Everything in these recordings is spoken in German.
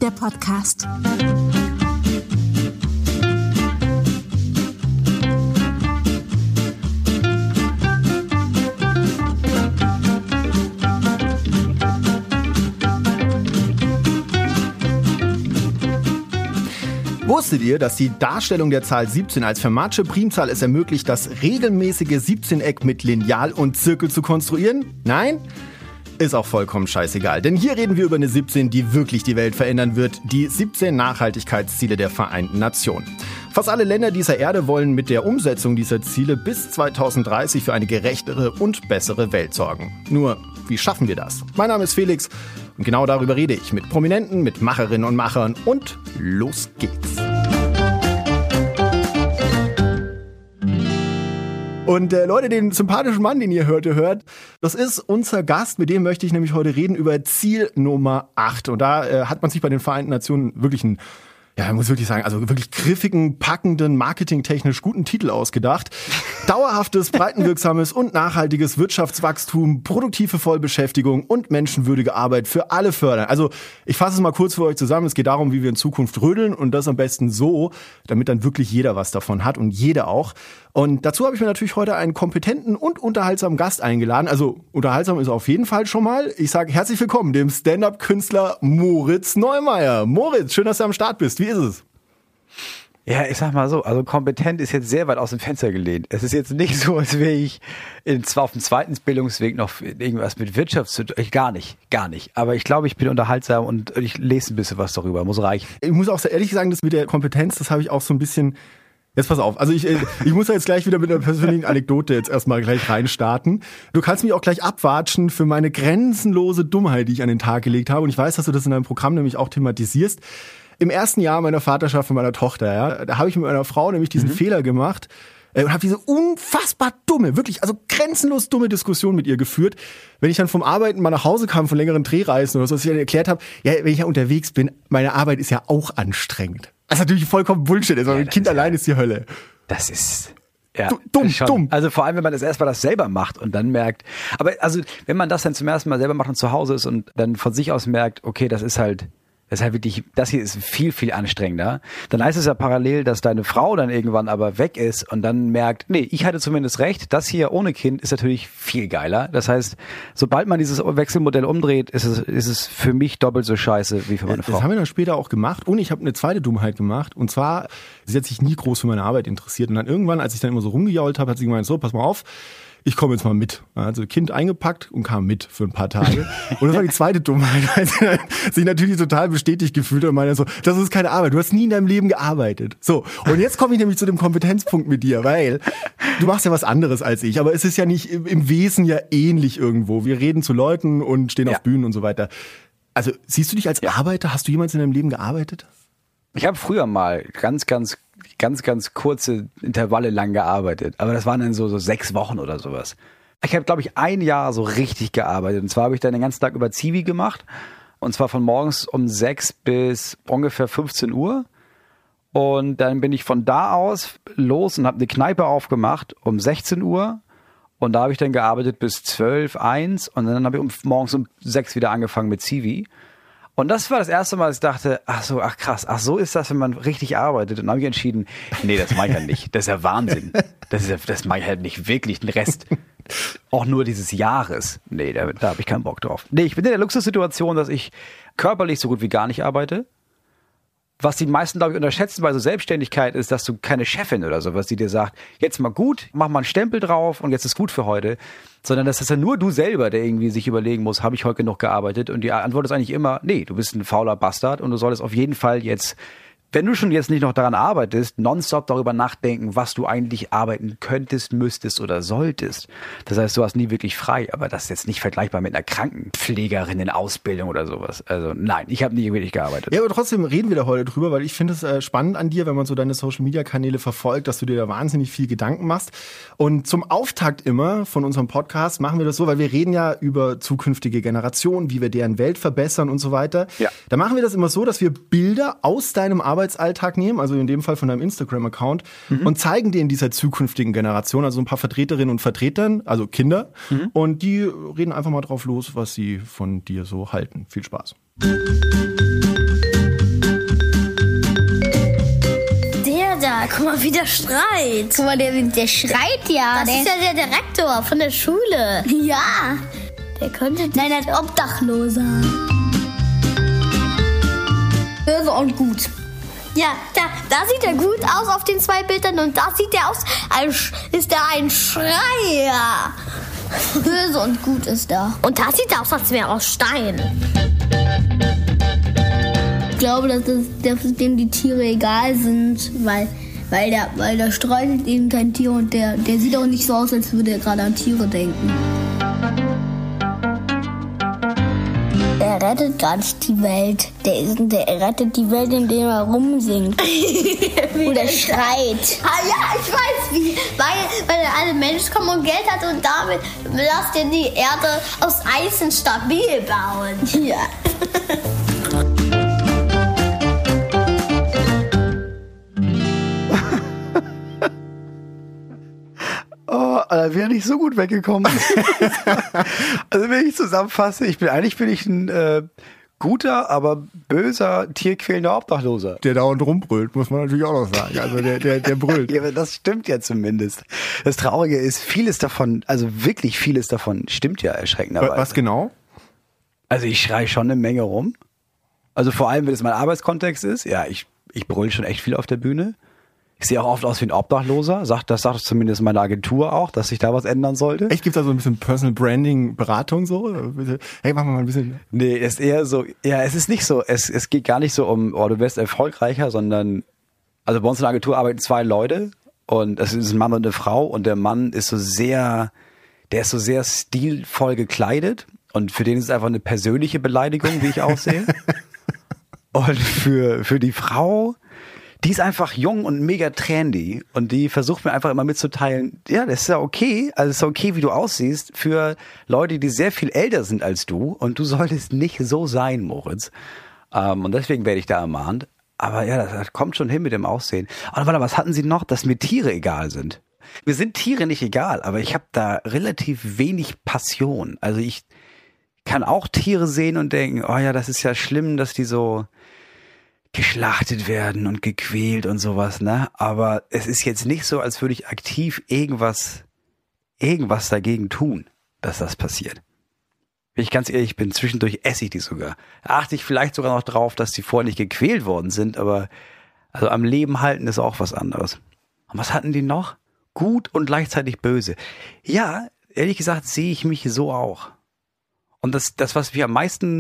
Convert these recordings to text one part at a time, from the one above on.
der Podcast. Wusstet ihr, dass die Darstellung der Zahl 17 als Fermatsche Primzahl es ermöglicht, das regelmäßige 17-Eck mit Lineal und Zirkel zu konstruieren? Nein? Ist auch vollkommen scheißegal, denn hier reden wir über eine 17, die wirklich die Welt verändern wird, die 17 Nachhaltigkeitsziele der Vereinten Nationen. Fast alle Länder dieser Erde wollen mit der Umsetzung dieser Ziele bis 2030 für eine gerechtere und bessere Welt sorgen. Nur, wie schaffen wir das? Mein Name ist Felix und genau darüber rede ich mit Prominenten, mit Macherinnen und Machern und los geht's. Und Leute, den sympathischen Mann, den ihr hört, das ist unser Gast, mit dem möchte ich nämlich heute reden über Ziel Nummer 8. Und da hat man sich bei den Vereinten Nationen wirklich einen, ja, man muss wirklich sagen, also wirklich griffigen, packenden, marketingtechnisch guten Titel ausgedacht. Dauerhaftes, breitenwirksames und nachhaltiges Wirtschaftswachstum, produktive Vollbeschäftigung und menschenwürdige Arbeit für alle fördern. Also ich fasse es mal kurz für euch zusammen. Es geht darum, wie wir in Zukunft rödeln und das am besten so, damit dann wirklich jeder was davon hat und jeder auch. Und dazu habe ich mir natürlich heute einen kompetenten und unterhaltsamen Gast eingeladen. Also unterhaltsam ist er auf jeden Fall schon mal. Ich sage herzlich willkommen dem Stand-up-Künstler Moritz Neumeier. Moritz, schön, dass du am Start bist. Wie ist es? Ja, ich sag mal so, also kompetent ist jetzt sehr weit aus dem Fenster gelehnt. Es ist jetzt nicht so, als wäre ich zwar auf dem zweiten Bildungsweg noch irgendwas mit Wirtschaft zu tun. Gar nicht. Aber ich glaube, ich bin unterhaltsam und ich lese ein bisschen was darüber. Muss reichen. Ich muss auch sehr ehrlich sagen, das mit der Kompetenz, das habe ich auch so ein bisschen... Jetzt pass auf, also ich muss da jetzt gleich wieder mit einer persönlichen Anekdote jetzt erstmal gleich reinstarten. Du kannst mich auch gleich abwatschen für meine grenzenlose Dummheit, die ich an den Tag gelegt habe. Und ich weiß, dass du das in deinem Programm nämlich auch thematisierst. Im ersten Jahr meiner Vaterschaft von meiner Tochter, ja, da habe ich mit meiner Frau nämlich diesen Fehler gemacht und habe diese unfassbar dumme, wirklich, also grenzenlos dumme Diskussion mit ihr geführt. Wenn ich dann vom Arbeiten mal nach Hause kam, von längeren Drehreisen oder so, dass ich dann erklärt habe, ja, wenn ich ja unterwegs bin, meine Arbeit ist ja auch anstrengend. Was natürlich vollkommen Bullshit ist, aber ein Kind allein ist die Hölle. Das ist... Ja, dumm. Also vor allem, wenn man das erstmal das selber macht und dann merkt, aber also wenn man das dann zum ersten Mal selber macht und zu Hause ist und dann von sich aus merkt, okay, das ist halt wirklich, das hier ist viel, viel anstrengender, dann heißt es ja parallel, dass deine Frau dann irgendwann aber weg ist und dann merkt, nee, ich hatte zumindest recht, das hier ohne Kind ist natürlich viel geiler. Das heißt, sobald man dieses Wechselmodell umdreht, ist es für mich doppelt so scheiße wie für meine Frau. Das haben wir dann später auch gemacht und ich habe eine zweite Dummheit gemacht und zwar, sie hat sich nie groß für meine Arbeit interessiert und dann irgendwann, als ich dann immer so rumgejault habe, hat sie gemeint, so, pass mal auf, ich komme jetzt mal mit. Also Kind eingepackt und kam mit für ein paar Tage. Und das war die zweite Dummheit, weil sie sich natürlich total bestätigt gefühlt und meinte so, das ist keine Arbeit, du hast nie in deinem Leben gearbeitet. So, und jetzt komme ich nämlich zu dem Kompetenzpunkt mit dir, weil du machst ja was anderes als ich, aber es ist ja nicht im Wesen ja ähnlich irgendwo. Wir reden zu Leuten und stehen auf Bühnen und so weiter. Also siehst du dich als Arbeiter? Hast du jemals in deinem Leben gearbeitet? Ich habe früher mal ganz kurze Intervalle lang gearbeitet. Aber das waren dann so 6 Wochen oder sowas. Ich habe, glaube ich, 1 Jahr so richtig gearbeitet. Und zwar habe ich dann den ganzen Tag über Zivi gemacht. Und zwar von morgens um 6 bis ungefähr 15 Uhr. Und dann bin ich von da aus los und habe eine Kneipe aufgemacht um 16 Uhr. Und da habe ich dann gearbeitet bis 12, 1. Und dann habe ich morgens um 6 wieder angefangen mit Zivi. Und das war das erste Mal, dass ich dachte, ach krass, so ist das, wenn man richtig arbeitet. Und dann habe ich entschieden, nee, das mache ich ja nicht. Das ist ja Wahnsinn. Das mache ich halt nicht wirklich, den Rest auch nur dieses Jahres. Nee, da habe ich keinen Bock drauf. Nee, ich bin in der Luxussituation, dass ich körperlich so gut wie gar nicht arbeite. Was die meisten, glaube ich, unterschätzen bei so Selbstständigkeit ist, dass du keine Chefin oder sowas, die dir sagt, jetzt mal gut, mach mal einen Stempel drauf und jetzt ist gut für heute. Sondern das ist ja nur du selber, der irgendwie sich überlegen muss, habe ich heute genug gearbeitet? Und die Antwort ist eigentlich immer, nee, du bist ein fauler Bastard und du solltest auf jeden Fall jetzt, wenn du schon jetzt nicht noch daran arbeitest, nonstop darüber nachdenken, was du eigentlich arbeiten könntest, müsstest oder solltest. Das heißt, du hast nie wirklich frei, aber das ist jetzt nicht vergleichbar mit einer Krankenpflegerin in Ausbildung oder sowas. Also nein, ich habe nie wirklich gearbeitet. Ja, aber trotzdem reden wir da heute drüber, weil ich finde es spannend an dir, wenn man so deine Social-Media-Kanäle verfolgt, dass du dir da wahnsinnig viel Gedanken machst. Und zum Auftakt immer von unserem Podcast machen wir das so, weil wir reden ja über zukünftige Generationen, wie wir deren Welt verbessern und so weiter. Ja. Da machen wir das immer so, dass wir Bilder aus deinem Arbeitsalltag nehmen, also in dem Fall von deinem Instagram-Account, und zeigen den dieser zukünftigen Generation, also ein paar Vertreterinnen und Vertretern, also Kinder, und die reden einfach mal drauf los, was sie von dir so halten. Viel Spaß. guck mal, wie der schreit. Guck mal, der schreit ja. Das ist ja der Direktor von der Schule. Ja. Der könnte... Nein, ein Obdachloser. Böse und gut. Ja, da sieht er gut aus auf den 2 Bildern und da sieht er aus, ist er ein Schreier. Böse und gut ist er. Und da sieht er aus, als wäre er aus Stein. Ich glaube, dass dem die Tiere egal sind, weil der streichelt eben kein Tier und der sieht auch nicht so aus, als würde er gerade an Tiere denken. Er rettet gar nicht die Welt. Der rettet die Welt, indem er rumsingt. Oder schreit. Ah ja, ich weiß wie. Weil er alle Menschen kommen und Geld hat und damit lässt er die Erde aus Eisen stabil bauen. Ja. Oh, da wäre nicht so gut weggekommen. Also wenn ich zusammenfasse, eigentlich bin ich ein guter, aber böser, tierquälender Obdachloser. Der dauernd rumbrüllt, muss man natürlich auch noch sagen. Also der brüllt. Ja, aber das stimmt ja zumindest. Das Traurige ist, vieles davon, also wirklich vieles davon stimmt ja erschreckenderweise. Was genau? Also ich schreie schon eine Menge rum. Also vor allem, wenn es mein Arbeitskontext ist. Ja, ich brülle schon echt viel auf der Bühne. Ich sehe auch oft aus wie ein Obdachloser. Das sagt zumindest meine Agentur auch, dass sich da was ändern sollte. Echt, gibt's da so ein bisschen Personal Branding Beratung so? Hey, machen wir mal ein bisschen. Nee, ist eher so, ja, es ist nicht so, es geht gar nicht so um, oh, du wirst erfolgreicher, sondern, also bei uns in der Agentur arbeiten 2 Leute und es ist ein Mann und eine Frau und der Mann ist der ist so sehr stilvoll gekleidet und für den ist es einfach eine persönliche Beleidigung, wie ich aussehe. Und für die Frau, die ist einfach jung und mega trendy und die versucht mir einfach immer mitzuteilen, ja, das ist ja okay, also es ist okay, wie du aussiehst für Leute, die sehr viel älter sind als du und du solltest nicht so sein, Moritz. Und deswegen werde ich da ermahnt. Aber ja, das kommt schon hin mit dem Aussehen. Aber warte, was hatten Sie noch, dass mir Tiere egal sind? Mir sind Tiere nicht egal, aber ich habe da relativ wenig Passion. Also ich kann auch Tiere sehen und denken, oh ja, das ist ja schlimm, dass die so geschlachtet werden und gequält und sowas, ne? Aber es ist jetzt nicht so, als würde ich aktiv irgendwas dagegen tun, dass das passiert. Wenn ich ganz ehrlich bin, zwischendurch esse ich die sogar. Da achte ich vielleicht sogar noch drauf, dass die vorher nicht gequält worden sind, aber also am Leben halten ist auch was anderes. Und was hatten die noch? Gut und gleichzeitig böse. Ja, ehrlich gesagt sehe ich mich so auch. Und das was wir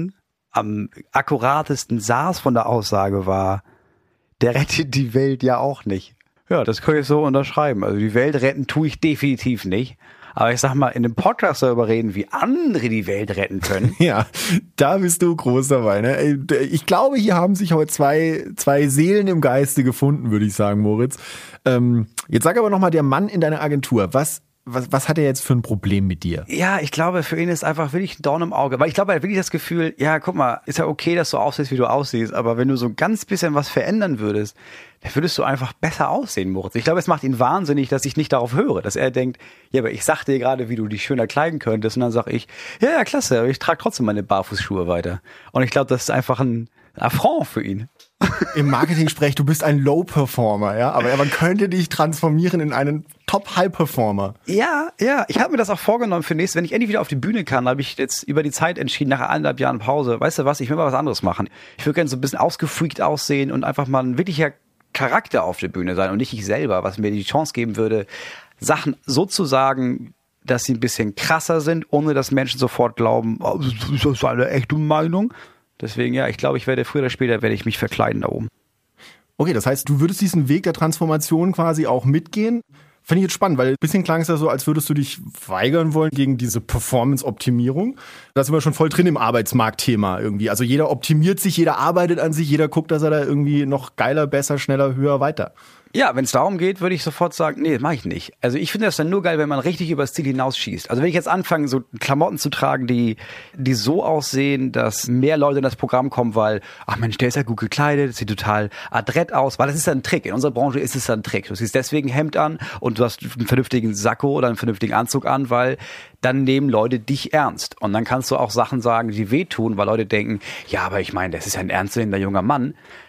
am akkuratesten saß von der Aussage war, der rettet die Welt ja auch nicht. Ja, das kann ich so unterschreiben. Also die Welt retten tue ich definitiv nicht. Aber ich sag mal, in einem Podcast darüber reden, wie andere die Welt retten können. Ja, da bist du groß dabei. Ne? Ich glaube, hier haben sich heute zwei Seelen im Geiste gefunden, würde ich sagen, Moritz. Jetzt sag aber nochmal, der Mann in deiner Agentur, was hat er jetzt für ein Problem mit dir? Ja, ich glaube, für ihn ist einfach wirklich ein Dorn im Auge. Weil ich glaube, er hat wirklich das Gefühl, ja, guck mal, ist ja okay, dass du aussiehst, wie du aussiehst. Aber wenn du so ein ganz bisschen was verändern würdest, dann würdest du einfach besser aussehen, Moritz. Ich glaube, es macht ihn wahnsinnig, dass ich nicht darauf höre. Dass er denkt, ja, aber ich sag dir gerade, wie du dich schöner kleiden könntest. Und dann sag ich, ja, klasse, aber ich trage trotzdem meine Barfußschuhe weiter. Und ich glaube, das ist einfach ein Affront für ihn. Im Marketing-Sprech, du bist ein Low-Performer, ja, aber man könnte dich transformieren in einen Top-High-Performer. Ja, ich habe mir das auch vorgenommen für nächstes, wenn ich endlich wieder auf die Bühne kann, habe ich jetzt über die Zeit entschieden, nach 1,5 Jahren Pause, weißt du was, ich will mal was anderes machen. Ich würde gerne so ein bisschen ausgefreakt aussehen und einfach mal ein wirklicher Charakter auf der Bühne sein und nicht ich selber, was mir die Chance geben würde, Sachen so zu sagen, dass sie ein bisschen krasser sind, ohne dass Menschen sofort glauben, oh, das ist eine echte Meinung. Deswegen, ja, ich glaube, früher oder später werde ich mich verkleiden da oben. Okay, das heißt, du würdest diesen Weg der Transformation quasi auch mitgehen? Finde ich jetzt spannend, weil ein bisschen klang es ja so, als würdest du dich weigern wollen gegen diese Performance-Optimierung. Da sind wir schon voll drin im Arbeitsmarktthema irgendwie. Also jeder optimiert sich, jeder arbeitet an sich, jeder guckt, dass er da irgendwie noch geiler, besser, schneller, höher, weiter. Ja, wenn es darum geht, würde ich sofort sagen, nee, das mache ich nicht. Also ich finde das dann nur geil, wenn man richtig übers Ziel hinausschießt. Also wenn ich jetzt anfange, so Klamotten zu tragen, die so aussehen, dass mehr Leute in das Programm kommen, weil, ach Mensch, der ist ja gut gekleidet, sieht total adrett aus, weil das ist ja ein Trick. In unserer Branche ist es ja ein Trick. Du ziehst deswegen ein Hemd an und du hast einen vernünftigen Sakko oder einen vernünftigen Anzug an, weil dann nehmen Leute dich ernst. Und dann kannst du auch Sachen sagen, die wehtun, weil Leute denken, ja, aber ich meine, das ist ja ein ernstzunehmender junger Mann.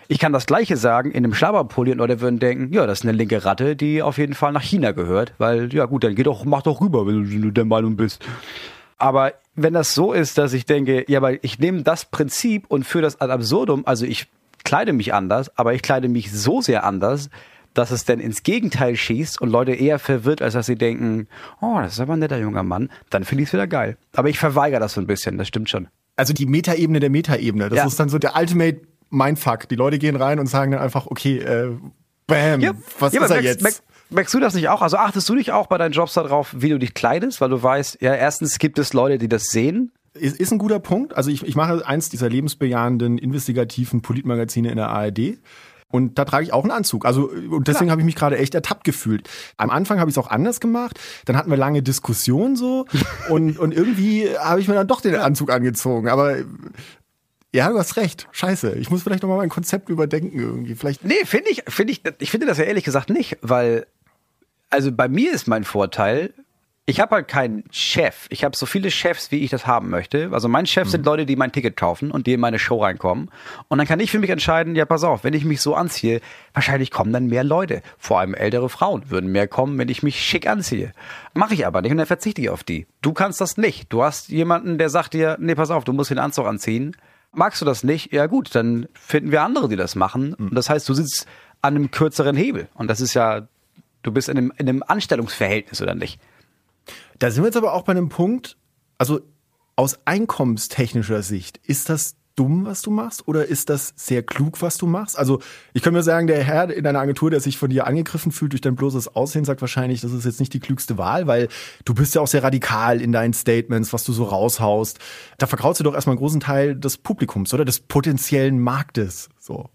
Ich kann das Gleiche sagen in einem Schlabberpulli und Leute würden denken, ja, das ist eine linke Ratte, die auf jeden Fall nach China gehört, weil, ja gut, dann mach doch rüber, wenn du der Meinung bist. Aber wenn das so ist, dass ich denke, ja, aber ich nehme das Prinzip und führe das ad absurdum, also ich kleide mich anders, aber ich kleide mich so sehr anders, dass es dann ins Gegenteil schießt und Leute eher verwirrt, als dass sie denken, oh, das ist aber ein netter junger Mann, dann finde ich es wieder geil. Aber ich verweigere das so ein bisschen, das stimmt schon. Also die Metaebene der Metaebene, das ist dann so der Ultimate Mindfuck. Die Leute gehen rein und sagen dann einfach, okay, bam, was ist er jetzt? Merkst du das nicht auch? Also achtest du nicht auch bei deinen Jobs darauf, wie du dich kleidest? Weil du weißt, ja, erstens gibt es Leute, die das sehen. Ist ein guter Punkt. Also ich mache eins dieser lebensbejahenden, investigativen Politmagazine in der ARD. Und da trage ich auch einen Anzug. Also, und deswegen habe ich mich gerade echt ertappt gefühlt. Am Anfang habe ich es auch anders gemacht. Dann hatten wir lange Diskussionen so. und irgendwie habe ich mir dann doch den Anzug angezogen. Aber ja, du hast recht. Scheiße. Ich muss vielleicht nochmal mein Konzept überdenken irgendwie. Vielleicht. Nee, ich finde das ja ehrlich gesagt nicht, weil, also bei mir ist mein Vorteil, ich habe halt keinen Chef. Ich habe so viele Chefs, wie ich das haben möchte. Also mein Chef sind Leute, die mein Ticket kaufen und die in meine Show reinkommen. Und dann kann ich für mich entscheiden, ja, pass auf, wenn ich mich so anziehe, wahrscheinlich kommen dann mehr Leute. Vor allem ältere Frauen würden mehr kommen, wenn ich mich schick anziehe. Mache ich aber nicht und dann verzichte ich auf die. Du kannst das nicht. Du hast jemanden, der sagt dir, nee, pass auf, du musst den Anzug anziehen. Magst du das nicht? Ja gut, dann finden wir andere, die das machen. Und das heißt, du sitzt an einem kürzeren Hebel. Und das ist ja, du bist in einem Anstellungsverhältnis, oder nicht? Da sind wir jetzt aber auch bei einem Punkt, also aus einkommenstechnischer Sicht, ist das dumm, was du machst, oder ist das sehr klug, was du machst? Also ich kann mir sagen, der Herr in deiner Agentur, der sich von dir angegriffen fühlt durch dein bloßes Aussehen, sagt wahrscheinlich, das ist jetzt nicht die klügste Wahl, weil du bist ja auch sehr radikal in deinen Statements, was du so raushaust. Da verkraust du doch erstmal einen großen Teil des Publikums, oder des potenziellen Marktes, so.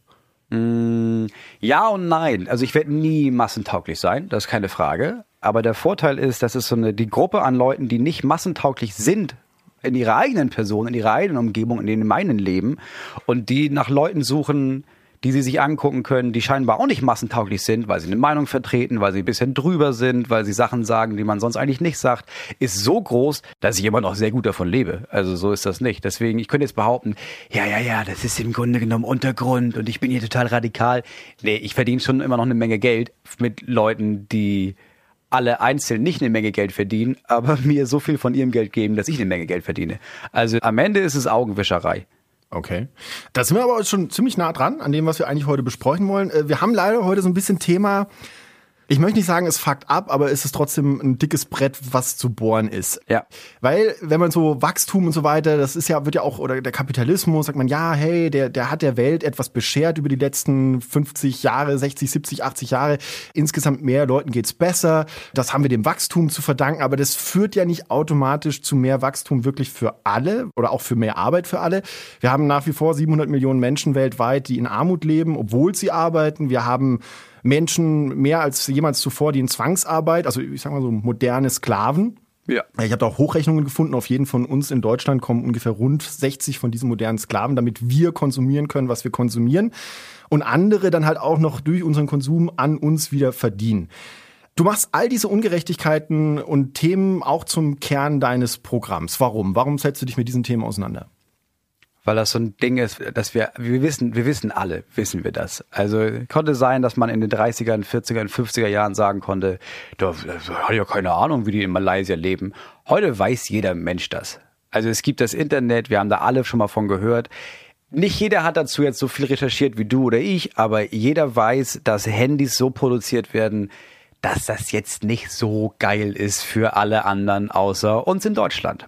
Ja und nein. Also ich werde nie massentauglich sein, das ist keine Frage. Aber der Vorteil ist, dass es die Gruppe an Leuten, die nicht massentauglich sind, in ihrer eigenen Person, in ihrer eigenen Umgebung, in dem meinen Leben, und die nach Leuten suchen, die sie sich angucken können, die scheinbar auch nicht massentauglich sind, weil sie eine Meinung vertreten, weil sie ein bisschen drüber sind, weil sie Sachen sagen, die man sonst eigentlich nicht sagt, ist so groß, dass ich immer noch sehr gut davon lebe. Also so ist das nicht. Deswegen, ich könnte jetzt behaupten, ja, das ist im Grunde genommen Untergrund und ich bin hier total radikal. Nee, ich verdiene schon immer noch eine Menge Geld mit Leuten, die alle einzeln nicht eine Menge Geld verdienen, aber mir so viel von ihrem Geld geben, dass ich eine Menge Geld verdiene. Also am Ende ist es Augenwischerei. Okay. Da sind wir aber schon ziemlich nah dran an dem, was wir eigentlich heute besprechen wollen. Wir haben leider heute so ein bisschen Thema, ich möchte nicht sagen, es fuckt ab, aber es ist trotzdem ein dickes Brett, was zu bohren ist. Ja. Weil, wenn man so Wachstum und so weiter, das ist ja, wird ja auch, oder der Kapitalismus, sagt man, ja, hey, der hat der Welt etwas beschert über die letzten 50 Jahre, 60, 70, 80 Jahre. Insgesamt mehr Leuten geht's besser. Das haben wir dem Wachstum zu verdanken, aber das führt ja nicht automatisch zu mehr Wachstum wirklich für alle oder auch für mehr Arbeit für alle. Wir haben nach wie vor 700 Millionen Menschen weltweit, die in Armut leben, obwohl sie arbeiten. Wir haben Menschen mehr als jemals zuvor, die in Zwangsarbeit, also ich sag mal so moderne Sklaven. Ja. Ich habe da auch Hochrechnungen gefunden, auf jeden von uns in Deutschland kommen ungefähr rund 60 von diesen modernen Sklaven, damit wir konsumieren können, was wir konsumieren. Und andere dann halt auch noch durch unseren Konsum an uns wieder verdienen. Du machst all diese Ungerechtigkeiten und Themen auch zum Kern deines Programms. Warum? Warum setzt du dich mit diesen Themen auseinander? Weil das so ein Ding ist, dass wir wissen alle, wissen wir das. Also konnte sein, dass man in den 30er, 40er, 50er Jahren sagen konnte, da hat ja keine Ahnung, wie die in Malaysia leben. Heute weiß jeder Mensch das. Also es gibt das Internet, wir haben da alle schon mal von gehört. Nicht jeder hat dazu jetzt so viel recherchiert wie du oder ich, aber jeder weiß, dass Handys so produziert werden, dass das jetzt nicht so geil ist für alle anderen außer uns in Deutschland.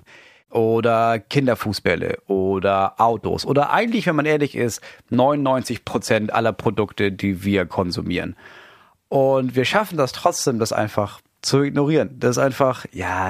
Oder Kinderfußbälle oder Autos oder eigentlich, wenn man ehrlich ist, 99% aller Produkte, die wir konsumieren. Und wir schaffen das trotzdem, das einfach zu ignorieren. Das ist einfach, ja,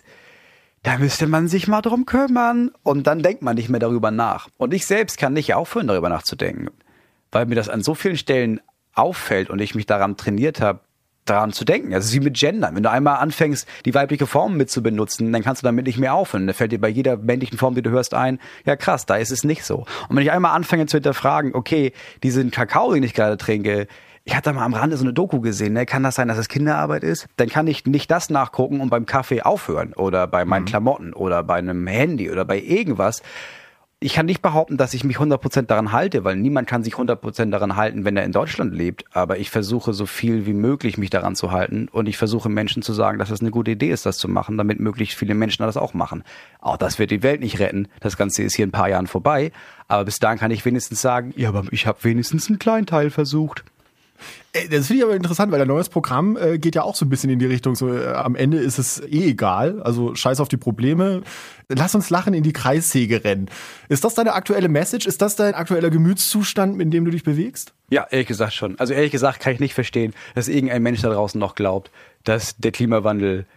da müsste man sich mal drum kümmern. Und dann denkt man nicht mehr darüber nach. Und ich selbst kann nicht aufhören, darüber nachzudenken, weil mir das an so vielen Stellen auffällt und ich mich daran trainiert habe, daran zu denken. Also wie mit Gendern. Wenn du einmal anfängst, die weibliche Form mit zu benutzen, dann kannst du damit nicht mehr aufhören. Da fällt dir bei jeder männlichen Form, die du hörst, ein, ja krass, da ist es nicht so. Und wenn ich einmal anfange zu hinterfragen, okay, diesen Kakao, den ich gerade trinke, ich hatte mal am Rande so eine Doku gesehen, ne? Kann das sein, dass es Kinderarbeit ist? Dann kann ich nicht das nachgucken und beim Kaffee aufhören oder bei meinen Klamotten oder bei einem Handy oder bei irgendwas. Ich kann nicht behaupten, dass ich mich 100% daran halte, weil niemand kann sich 100% daran halten, wenn er in Deutschland lebt. Aber ich versuche so viel wie möglich mich daran zu halten und ich versuche Menschen zu sagen, dass es eine gute Idee ist, das zu machen, damit möglichst viele Menschen das auch machen. Auch das wird die Welt nicht retten. Das Ganze ist hier in ein paar Jahren vorbei. Aber bis dahin kann ich wenigstens sagen, ja, aber ich habe wenigstens einen kleinen Teil versucht. Das finde ich aber interessant, weil dein neues Programm geht ja auch so ein bisschen in die Richtung, so am Ende ist es egal, also scheiß auf die Probleme, lass uns lachen, in die Kreissäge rennen. Ist das deine aktuelle Message? Ist das dein aktueller Gemütszustand, in dem du dich bewegst? Ja, ehrlich gesagt schon. Also ehrlich gesagt kann ich nicht verstehen, dass irgendein Mensch da draußen noch glaubt, dass der Klimawandel,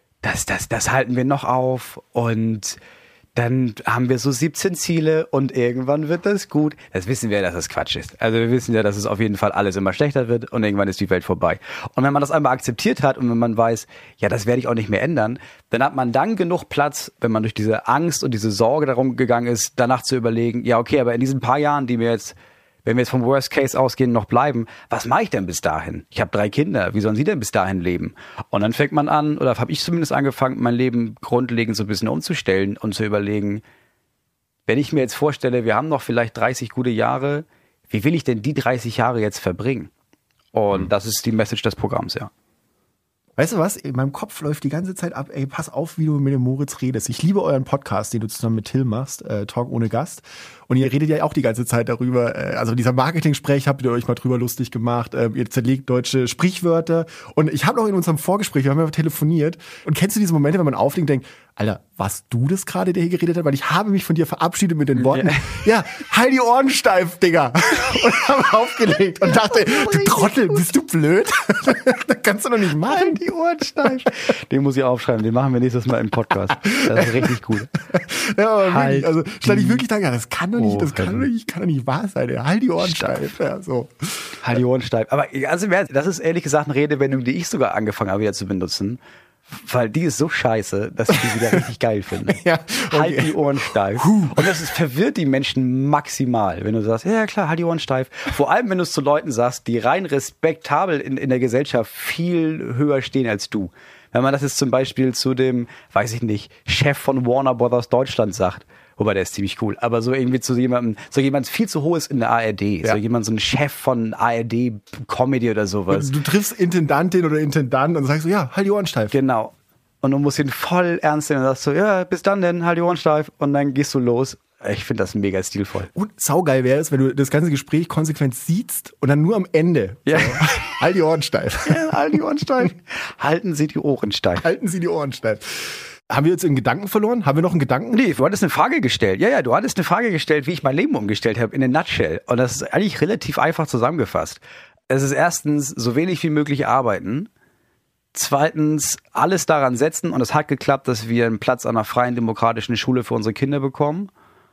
das halten wir noch auf und dann haben wir so 17 Ziele und irgendwann wird das gut. Das wissen wir, dass das Quatsch ist. Also wir wissen ja, dass es auf jeden Fall alles immer schlechter wird und irgendwann ist die Welt vorbei. Und wenn man das einmal akzeptiert hat und wenn man weiß, ja, das werde ich auch nicht mehr ändern, dann hat man dann genug Platz, wenn man durch diese Angst und diese Sorge darum gegangen ist, danach zu überlegen, ja okay, aber in diesen paar Jahren, die mir jetzt, wenn wir jetzt vom Worst Case ausgehen, noch bleiben, was mache ich denn bis dahin? Ich habe 3 Kinder, wie sollen sie denn bis dahin leben? Und dann fängt man an, oder habe ich zumindest angefangen, mein Leben grundlegend so ein bisschen umzustellen und zu überlegen, wenn ich mir jetzt vorstelle, wir haben noch vielleicht 30 gute Jahre, wie will ich denn die 30 Jahre jetzt verbringen? Und das ist die Message des Programms, ja. Weißt du was? In meinem Kopf läuft die ganze Zeit ab, ey, pass auf, wie du mit dem Moritz redest. Ich liebe euren Podcast, den du zusammen mit Till machst, Talk ohne Gast. Und ihr redet ja auch die ganze Zeit darüber, also dieser Marketing-Sprech habt ihr euch mal drüber lustig gemacht, ihr zerlegt deutsche Sprichwörter. Und ich habe noch in unserem Vorgespräch, wir haben ja telefoniert, und kennst du diese Momente, wenn man auflegt und denkt, Alter, warst du das gerade, der hier geredet hat? Weil ich habe mich von dir verabschiedet mit den Worten, ja, halt die Ohren steif, Digga. Und habe aufgelegt und dachte, du Trottel, bist du blöd? Das kannst du doch nicht machen. Halt die Ohren steif. Den muss ich aufschreiben, den machen wir nächstes Mal im Podcast. Das ist richtig gut. Ja, aber halt wirklich, also stand ich wirklich da, ja, das kann doch nicht, kann doch nicht wahr sein. Ey. Halt die Ohren steif. Ja, so. Halt die Ohren steif. Aber also, das ist ehrlich gesagt eine Redewendung, die ich sogar angefangen habe, wieder zu benutzen. Weil die ist so scheiße, dass ich die wieder richtig geil finde. Ja, okay. Halt die Ohren steif. Und das verwirrt die Menschen maximal, wenn du sagst, ja klar, halt die Ohren steif. Vor allem, wenn du es zu Leuten sagst, die rein respektabel in der Gesellschaft viel höher stehen als du. Wenn man das jetzt zum Beispiel zu dem, weiß ich nicht, Chef von Warner Brothers Deutschland sagt, wobei der ist ziemlich cool, aber so irgendwie zu jemandem, so jemand viel zu hohes in der ARD, ja. So jemand, so ein Chef von ARD Comedy oder sowas. Du triffst Intendantin oder Intendant und sagst so, ja, halt die Ohren steif. Genau. Und du musst ihn voll ernst nehmen und sagst so, ja, bis dann denn, halt die Ohren steif und dann gehst du los. Ich finde das mega stilvoll. Und saugeil wäre es, wenn du das ganze Gespräch konsequent siehst und dann nur am Ende. Ja. So, halt die Ohren steif. Ja, halt die Ohren steif. Halten Sie die Ohren steif. Halten Sie die Ohren steif. Haben wir jetzt einen Gedanken verloren? Haben wir noch einen Gedanken? Nee, du hattest eine Frage gestellt. Ja, du hattest eine Frage gestellt, wie ich mein Leben umgestellt habe, in a nutshell. Und das ist eigentlich relativ einfach zusammengefasst. Es ist erstens, so wenig wie möglich arbeiten. Zweitens, alles daran setzen. Und es hat geklappt, dass wir einen Platz an einer freien demokratischen Schule für unsere Kinder bekommen.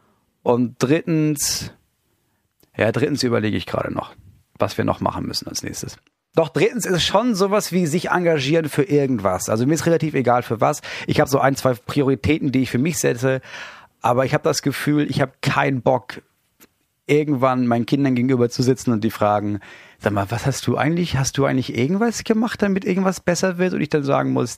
Und drittens überlege ich gerade noch, was wir noch machen müssen als nächstes. Doch drittens ist es schon sowas wie sich engagieren für irgendwas. Also mir ist relativ egal für was. Ich habe so 1, 2 Prioritäten, die ich für mich setze. Aber ich habe das Gefühl, ich habe keinen Bock, irgendwann meinen Kindern gegenüber zu sitzen und die fragen, sag mal, was hast du eigentlich irgendwas gemacht, damit irgendwas besser wird? Und ich dann sagen muss,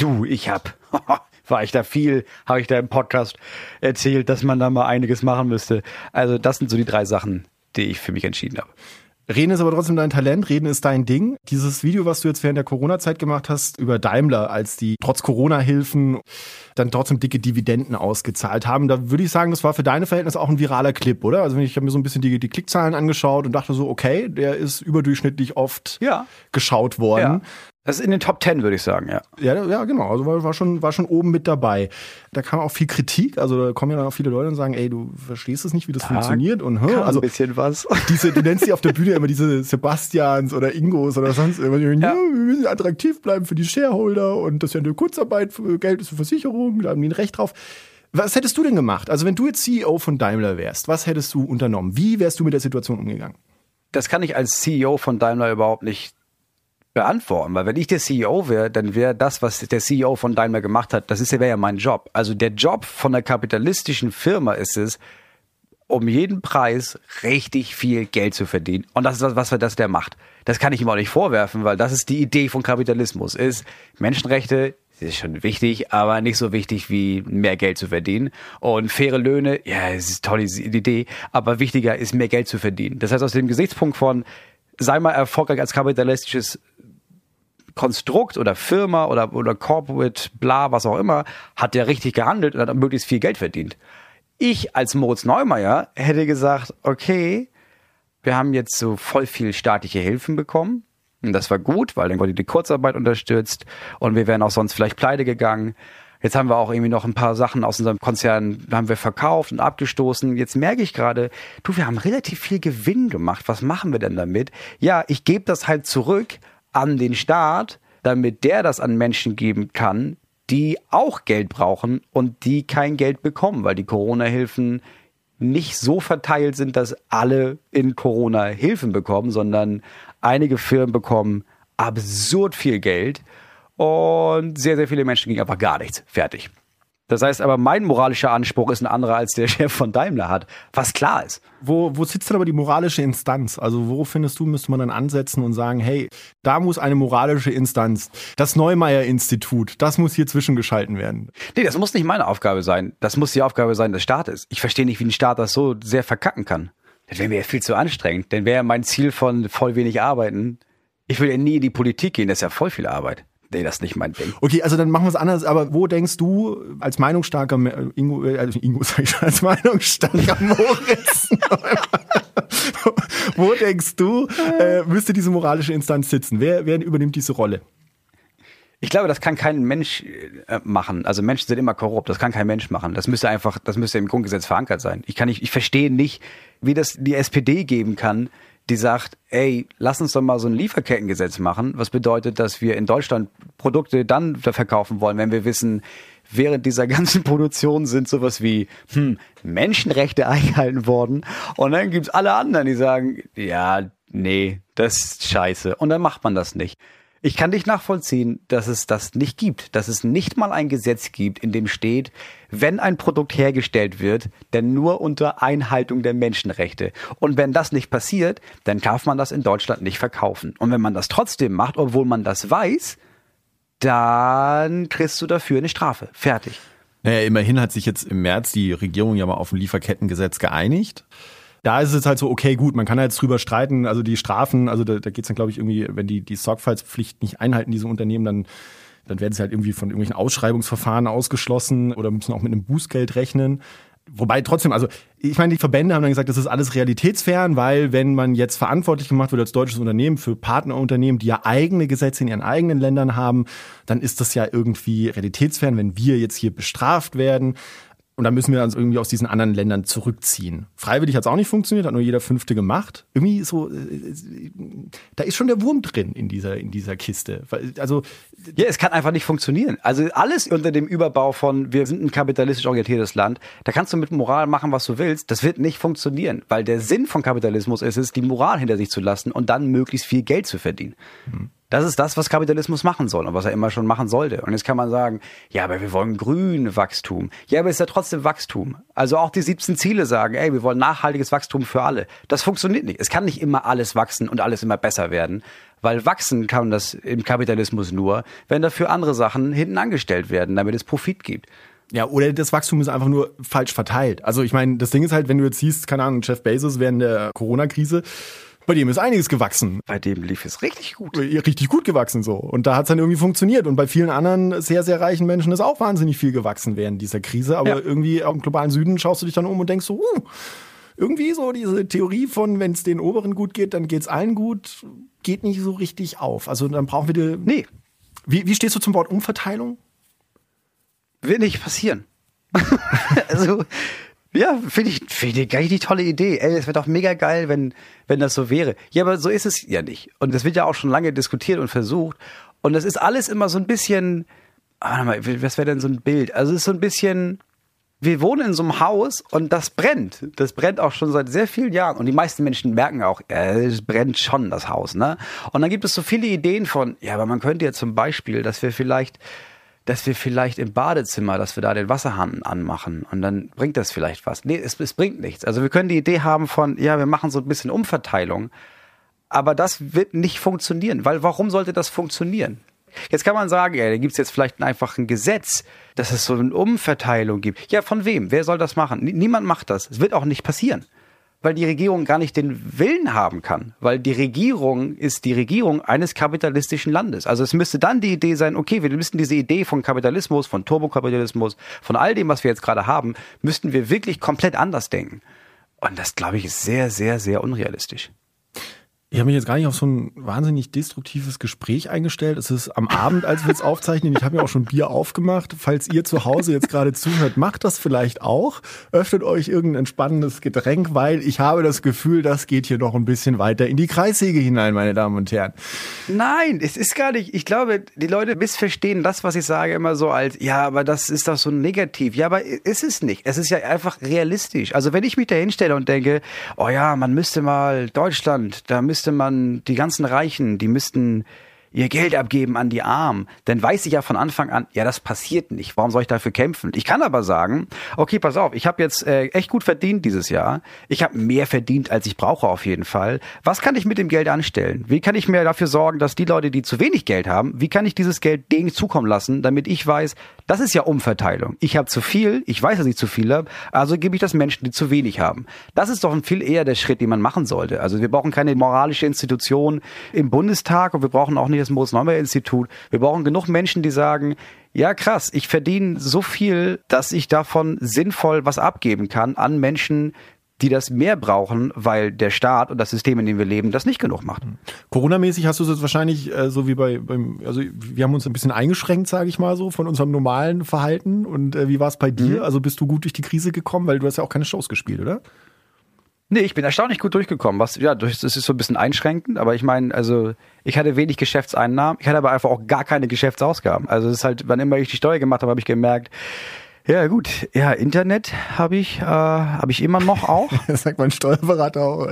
habe ich da im Podcast erzählt, dass man da mal einiges machen müsste. Also das sind so die 3 Sachen, die ich für mich entschieden habe. Reden ist aber trotzdem dein Talent, Reden ist dein Ding. Dieses Video, was du jetzt während der Corona-Zeit gemacht hast, über Daimler, als die trotz Corona-Hilfen dann trotzdem dicke Dividenden ausgezahlt haben, da würde ich sagen, das war für deine Verhältnisse auch ein viraler Clip, oder? Also ich habe mir so ein bisschen die Klickzahlen angeschaut und dachte so, okay, der ist überdurchschnittlich oft geschaut worden. Ja. Das ist in den Top 10, würde ich sagen, ja. Ja, genau. Also war schon oben mit dabei. Da kam auch viel Kritik. Also da kommen ja dann auch viele Leute und sagen, ey, du verstehst es nicht, wie das funktioniert. Und also ein bisschen was. Du nennst die auf der Bühne immer diese Sebastians oder Ingos oder sonst irgendwas. Ja, wir müssen attraktiv bleiben für die Shareholder und das ist ja eine Kurzarbeit, Geld ist für Versicherung, da haben die ein Recht drauf. Was hättest du denn gemacht? Also wenn du jetzt CEO von Daimler wärst, was hättest du unternommen? Wie wärst du mit der Situation umgegangen? Das kann ich als CEO von Daimler überhaupt nicht beantworten, weil wenn ich der CEO wäre, dann wäre das, was der CEO von Daimler gemacht hat, wäre ja mein Job. Also der Job von einer kapitalistischen Firma ist es, um jeden Preis richtig viel Geld zu verdienen. Und das ist was der macht. Das kann ich ihm auch nicht vorwerfen, weil das ist die Idee von Kapitalismus, ist Menschenrechte ist schon wichtig, aber nicht so wichtig wie mehr Geld zu verdienen. Und faire Löhne, ja, es ist eine tolle Idee, aber wichtiger ist mehr Geld zu verdienen. Das heißt, aus dem Gesichtspunkt von, sei mal erfolgreich als kapitalistisches Konstrukt oder Firma oder Corporate, bla, was auch immer, hat der richtig gehandelt und hat möglichst viel Geld verdient. Ich als Moritz Neumeier hätte gesagt, okay, wir haben jetzt so voll viel staatliche Hilfen bekommen. Und das war gut, weil dann wurde die Kurzarbeit unterstützt und wir wären auch sonst vielleicht pleite gegangen. Jetzt haben wir auch irgendwie noch ein paar Sachen aus unserem Konzern, haben wir verkauft und abgestoßen. Jetzt merke ich gerade, wir haben relativ viel Gewinn gemacht. Was machen wir denn damit? Ja, ich gebe das halt zurück an den Staat, damit der das an Menschen geben kann, die auch Geld brauchen und die kein Geld bekommen, weil die Corona-Hilfen nicht so verteilt sind, dass alle in Corona Hilfen bekommen, sondern einige Firmen bekommen absurd viel Geld und sehr, sehr viele Menschen kriegen einfach gar nichts. Fertig. Das heißt aber, mein moralischer Anspruch ist ein anderer, als der Chef von Daimler hat, was klar ist. Wo sitzt denn aber die moralische Instanz? Also wo findest du, müsste man dann ansetzen und sagen, hey, da muss eine moralische Instanz, das Neumeier-Institut, das muss hier zwischengeschalten werden. Nee, das muss nicht meine Aufgabe sein. Das muss die Aufgabe sein des Staates. Ich verstehe nicht, wie ein Staat das so sehr verkacken kann. Das wäre mir ja viel zu anstrengend. Dann wäre mein Ziel von voll wenig arbeiten. Ich will ja nie in die Politik gehen, das ist ja voll viel Arbeit. Nee, das ist nicht mein Ding. Okay, also dann machen wir es anders, aber wo denkst du als meinungsstarker Ingo sag ich schon, als meinungsstarker Moritz, wo denkst du, müsste diese moralische Instanz sitzen? Wer übernimmt diese Rolle? Ich glaube, das kann kein Mensch machen. Also Menschen sind immer korrupt. Das kann kein Mensch machen. Das müsste im Grundgesetz verankert sein. Ich verstehe nicht, wie das die SPD geben kann, die sagt, ey, lass uns doch mal so ein Lieferkettengesetz machen, was bedeutet, dass wir in Deutschland Produkte dann verkaufen wollen, wenn wir wissen, während dieser ganzen Produktion sind sowas wie Menschenrechte eingehalten worden und dann gibt's alle anderen, die sagen, ja, nee, das ist scheiße und dann macht man das nicht. Ich kann nicht nachvollziehen, dass es das nicht gibt, dass es nicht mal ein Gesetz gibt, in dem steht, wenn ein Produkt hergestellt wird, dann nur unter Einhaltung der Menschenrechte. Und wenn das nicht passiert, dann darf man das in Deutschland nicht verkaufen. Und wenn man das trotzdem macht, obwohl man das weiß, dann kriegst du dafür eine Strafe. Fertig. Naja, immerhin hat sich jetzt im März die Regierung ja mal auf ein Lieferkettengesetz geeinigt. Da ist es halt so, okay, gut, man kann halt drüber streiten, also die Strafen, also da geht's dann, glaube ich, irgendwie, wenn die Sorgfaltspflicht nicht einhalten, diese Unternehmen, dann werden sie halt irgendwie von irgendwelchen Ausschreibungsverfahren ausgeschlossen oder müssen auch mit einem Bußgeld rechnen. Wobei trotzdem, also ich meine, die Verbände haben dann gesagt, das ist alles realitätsfern, weil wenn man jetzt verantwortlich gemacht wird als deutsches Unternehmen für Partnerunternehmen, die ja eigene Gesetze in ihren eigenen Ländern haben, dann ist das ja irgendwie realitätsfern, wenn wir jetzt hier bestraft werden. Und dann müssen wir uns irgendwie aus diesen anderen Ländern zurückziehen. Freiwillig hat es auch nicht funktioniert, hat nur jeder Fünfte gemacht. Irgendwie so, da ist schon der Wurm drin in dieser Kiste. Also ja, es kann einfach nicht funktionieren. Also alles unter dem Überbau von, wir sind ein kapitalistisch orientiertes Land, da kannst du mit Moral machen, was du willst. Das wird nicht funktionieren, weil der Sinn von Kapitalismus ist es, die Moral hinter sich zu lassen und dann möglichst viel Geld zu verdienen. Das ist das, was Kapitalismus machen soll und was er immer schon machen sollte. Und jetzt kann man sagen, ja, aber wir wollen grün Wachstum. Ja, aber es ist ja trotzdem Wachstum. Also auch die 17 Ziele sagen, ey, wir wollen nachhaltiges Wachstum für alle. Das funktioniert nicht. Es kann nicht immer alles wachsen und alles immer besser werden, weil wachsen kann das im Kapitalismus nur, wenn dafür andere Sachen hinten angestellt werden, damit es Profit gibt. Ja, oder das Wachstum ist einfach nur falsch verteilt. Also ich meine, das Ding ist halt, wenn du jetzt siehst, keine Ahnung, Jeff Bezos während der Corona-Krise, bei dem ist einiges gewachsen. Bei dem lief es richtig gut. Richtig gut gewachsen so. Und da hat es dann irgendwie funktioniert. Und bei vielen anderen sehr, sehr reichen Menschen ist auch wahnsinnig viel gewachsen während dieser Krise. Aber irgendwie auch im globalen Süden schaust du dich dann um und denkst so, irgendwie so diese Theorie von, wenn es den Oberen gut geht, dann geht's allen gut, geht nicht so richtig auf. Also dann brauchen wir Nee. Wie stehst du zum Wort Umverteilung? Wird nicht passieren. Also... Ja, finde ich gar nicht die tolle Idee. Ey, es wäre doch mega geil, wenn das so wäre. Ja, aber so ist es ja nicht. Und das wird ja auch schon lange diskutiert und versucht. Und das ist alles immer so ein bisschen, warte mal, was wäre denn so ein Bild? Also es ist so ein bisschen, wir wohnen in so einem Haus und das brennt. Das brennt auch schon seit sehr vielen Jahren. Und die meisten Menschen merken auch, es brennt schon, das Haus, ne? Und dann gibt es so viele Ideen von, ja, aber man könnte ja zum Beispiel, dass wir vielleicht im Badezimmer, dass wir da den Wasserhahn anmachen und dann bringt das vielleicht was. Nee, es bringt nichts. Also wir können die Idee haben von, ja, wir machen so ein bisschen Umverteilung, aber das wird nicht funktionieren, weil warum sollte das funktionieren? Jetzt kann man sagen, ja, da gibt's jetzt vielleicht einfach ein Gesetz, dass es so eine Umverteilung gibt. Ja, von wem? Wer soll das machen? Niemand macht das. Es wird auch nicht passieren. Weil die Regierung gar nicht den Willen haben kann. Weil die Regierung ist die Regierung eines kapitalistischen Landes. Also es müsste dann die Idee sein, okay, wir müssten diese Idee von Kapitalismus, von Turbokapitalismus, von all dem, was wir jetzt gerade haben, müssten wir wirklich komplett anders denken. Und das, glaube ich, ist sehr, sehr, sehr unrealistisch. Ich habe mich jetzt gar nicht auf so ein wahnsinnig destruktives Gespräch eingestellt. Es ist am Abend, als wir es aufzeichnen. Ich habe mir auch schon Bier aufgemacht. Falls ihr zu Hause jetzt gerade zuhört, macht das vielleicht auch. Öffnet euch irgendein entspannendes Getränk, weil ich habe das Gefühl, das geht hier noch ein bisschen weiter in die Kreissäge hinein, meine Damen und Herren. Nein, es ist gar nicht. Ich glaube, die Leute missverstehen das, was ich sage, immer so als, ja, aber das ist doch so negativ. Ja, aber ist es nicht. Es ist ja einfach realistisch. Also wenn ich mich da hinstelle und denke, oh ja, man müsste mal Deutschland, da müsste man, die ganzen Reichen, die müssten ihr Geld abgeben an die Armen, dann weiß ich ja von Anfang an, ja, das passiert nicht. Warum soll ich dafür kämpfen? Ich kann aber sagen, okay, pass auf, ich habe jetzt echt gut verdient dieses Jahr. Ich habe mehr verdient, als ich brauche auf jeden Fall. Was kann ich mit dem Geld anstellen? Wie kann ich mir dafür sorgen, dass die Leute, die zu wenig Geld haben, wie kann ich dieses Geld denen zukommen lassen, damit ich weiß, das ist ja Umverteilung. Ich habe zu viel, ich weiß, dass ich zu viel habe, also gebe ich das Menschen, die zu wenig haben. Das ist doch viel eher der Schritt, den man machen sollte. Also wir brauchen keine moralische Institution im Bundestag und wir brauchen auch nicht das Moritz-Neumeier-Institut. Wir brauchen genug Menschen, die sagen, ja krass, ich verdiene so viel, dass ich davon sinnvoll was abgeben kann an Menschen, die das mehr brauchen, weil der Staat und das System, in dem wir leben, das nicht genug macht. Corona-mäßig hast du es jetzt wahrscheinlich so wie also wir haben uns ein bisschen eingeschränkt, sage ich mal so, von unserem normalen Verhalten. Und wie war es bei dir? Also bist du gut durch die Krise gekommen, weil du hast ja auch keine Shows gespielt, oder? Nee, ich bin erstaunlich gut durchgekommen. Das ist so ein bisschen einschränkend, aber ich meine, also ich hatte wenig Geschäftseinnahmen, ich hatte aber einfach auch gar keine Geschäftsausgaben. Also es ist halt, wann immer ich die Steuer gemacht habe ich gemerkt, ja gut, ja, Internet habe ich immer noch auch. Das sagt mein Steuerberater auch.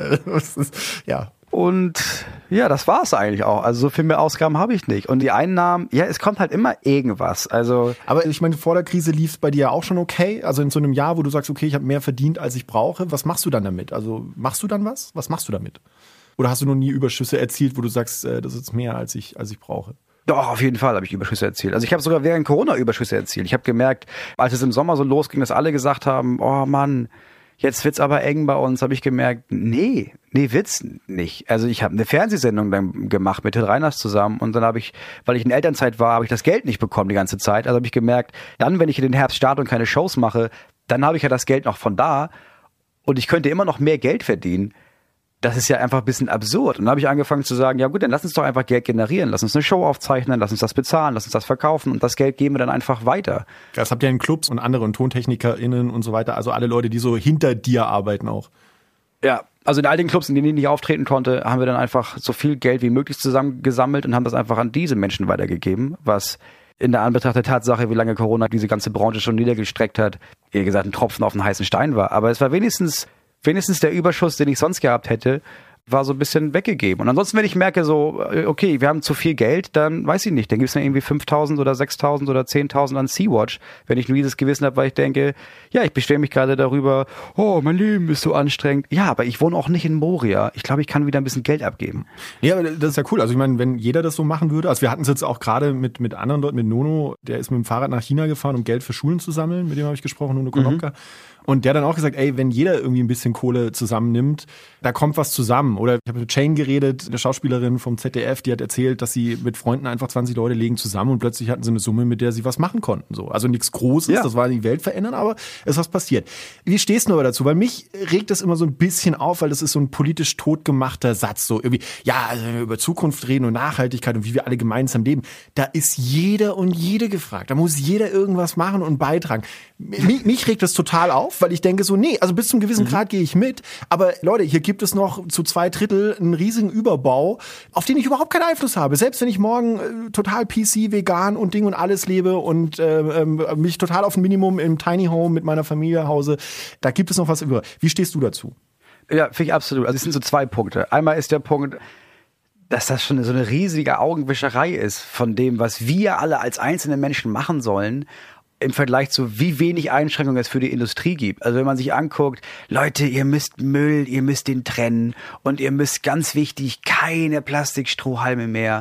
Ja. Und ja, das war's eigentlich auch. Also so viel mehr Ausgaben habe ich nicht. Und die Einnahmen, ja, es kommt halt immer irgendwas. Also, aber ich meine, vor der Krise lief es bei dir ja auch schon okay. Also in so einem Jahr, wo du sagst, okay, ich habe mehr verdient, als ich brauche. Was machst du dann damit? Also machst du dann was? Was machst du damit? Oder hast du noch nie Überschüsse erzielt, wo du sagst, das ist mehr, als ich brauche? Doch, auf jeden Fall habe ich Überschüsse erzielt. Also ich habe sogar während Corona Überschüsse erzielt. Ich habe gemerkt, als es im Sommer so losging, dass alle gesagt haben, oh Mann, jetzt wird's aber eng bei uns, habe ich gemerkt, nee, wird's nicht. Also ich habe eine Fernsehsendung dann gemacht mit Till Reiners zusammen und dann habe ich, weil ich in Elternzeit war, habe ich das Geld nicht bekommen die ganze Zeit. Also habe ich gemerkt, dann, wenn ich in den Herbst starte und keine Shows mache, dann habe ich ja das Geld noch von da und ich könnte immer noch mehr Geld verdienen. Das ist ja einfach ein bisschen absurd. Und dann habe ich angefangen zu sagen, ja gut, dann lass uns doch einfach Geld generieren. Lass uns eine Show aufzeichnen, lass uns das bezahlen, lass uns das verkaufen und das Geld geben wir dann einfach weiter. Das habt ihr in Clubs und anderen TontechnikerInnen und so weiter, also alle Leute, die so hinter dir arbeiten auch. Ja, also in all den Clubs, in denen ich nicht auftreten konnte, haben wir dann einfach so viel Geld wie möglich zusammengesammelt und haben das einfach an diese Menschen weitergegeben, was in der Anbetracht der Tatsache, wie lange Corona diese ganze Branche schon niedergestreckt hat, eher gesagt ein Tropfen auf den heißen Stein war. Aber es war wenigstens der Überschuss, den ich sonst gehabt hätte, war so ein bisschen weggegeben. Und ansonsten, wenn ich merke so, okay, wir haben zu viel Geld, dann weiß ich nicht, dann gibt's dann irgendwie 5.000 oder 6.000 oder 10.000 an Sea-Watch, wenn ich nur dieses Gewissen habe, weil ich denke, ja, ich beschwere mich gerade darüber, oh, mein Leben ist so anstrengend. Ja, aber ich wohne auch nicht in Moria. Ich glaube, ich kann wieder ein bisschen Geld abgeben. Ja, aber das ist ja cool. Also ich meine, wenn jeder das so machen würde, also wir hatten es jetzt auch gerade mit anderen Leuten, mit Nono, der ist mit dem Fahrrad nach China gefahren, um Geld für Schulen zu sammeln, mit dem habe ich gesprochen, Nono Konopka. Und der hat dann auch gesagt, ey, wenn jeder irgendwie ein bisschen Kohle zusammennimmt, da kommt was zusammen. Oder ich habe mit Jane geredet, eine Schauspielerin vom ZDF, die hat erzählt, dass sie mit Freunden einfach 20 Leute legen zusammen und plötzlich hatten sie eine Summe, mit der sie was machen konnten. So. Also nichts Großes, ja. Das war die Welt verändern, aber es ist was passiert. Wie stehst du aber dazu? Weil mich regt das immer so ein bisschen auf, weil das ist so ein politisch totgemachter Satz. So irgendwie, ja, also wenn wir über Zukunft reden und Nachhaltigkeit und wie wir alle gemeinsam leben, da ist jeder und jede gefragt. Da muss jeder irgendwas machen und beitragen. Mich regt das total auf, weil ich denke so, nee, also bis zum gewissen Grad gehe ich mit, aber Leute, hier gibt es noch zu 2/3 einen riesigen Überbau, auf den ich überhaupt keinen Einfluss habe. Selbst wenn ich morgen total PC, vegan und Ding und alles lebe und mich total auf ein Minimum im Tiny Home mit meiner Familie hause, da gibt es noch was über. Wie stehst du dazu? Ja, finde ich absolut. Also es sind so 2 Punkte. Einmal ist der Punkt, dass das schon so eine riesige Augenwischerei ist von dem, was wir alle als einzelne Menschen machen sollen, im Vergleich zu wie wenig Einschränkungen es für die Industrie gibt. Also wenn man sich anguckt, Leute, ihr müsst Müll, ihr müsst den trennen und ihr müsst, ganz wichtig, keine Plastikstrohhalme mehr.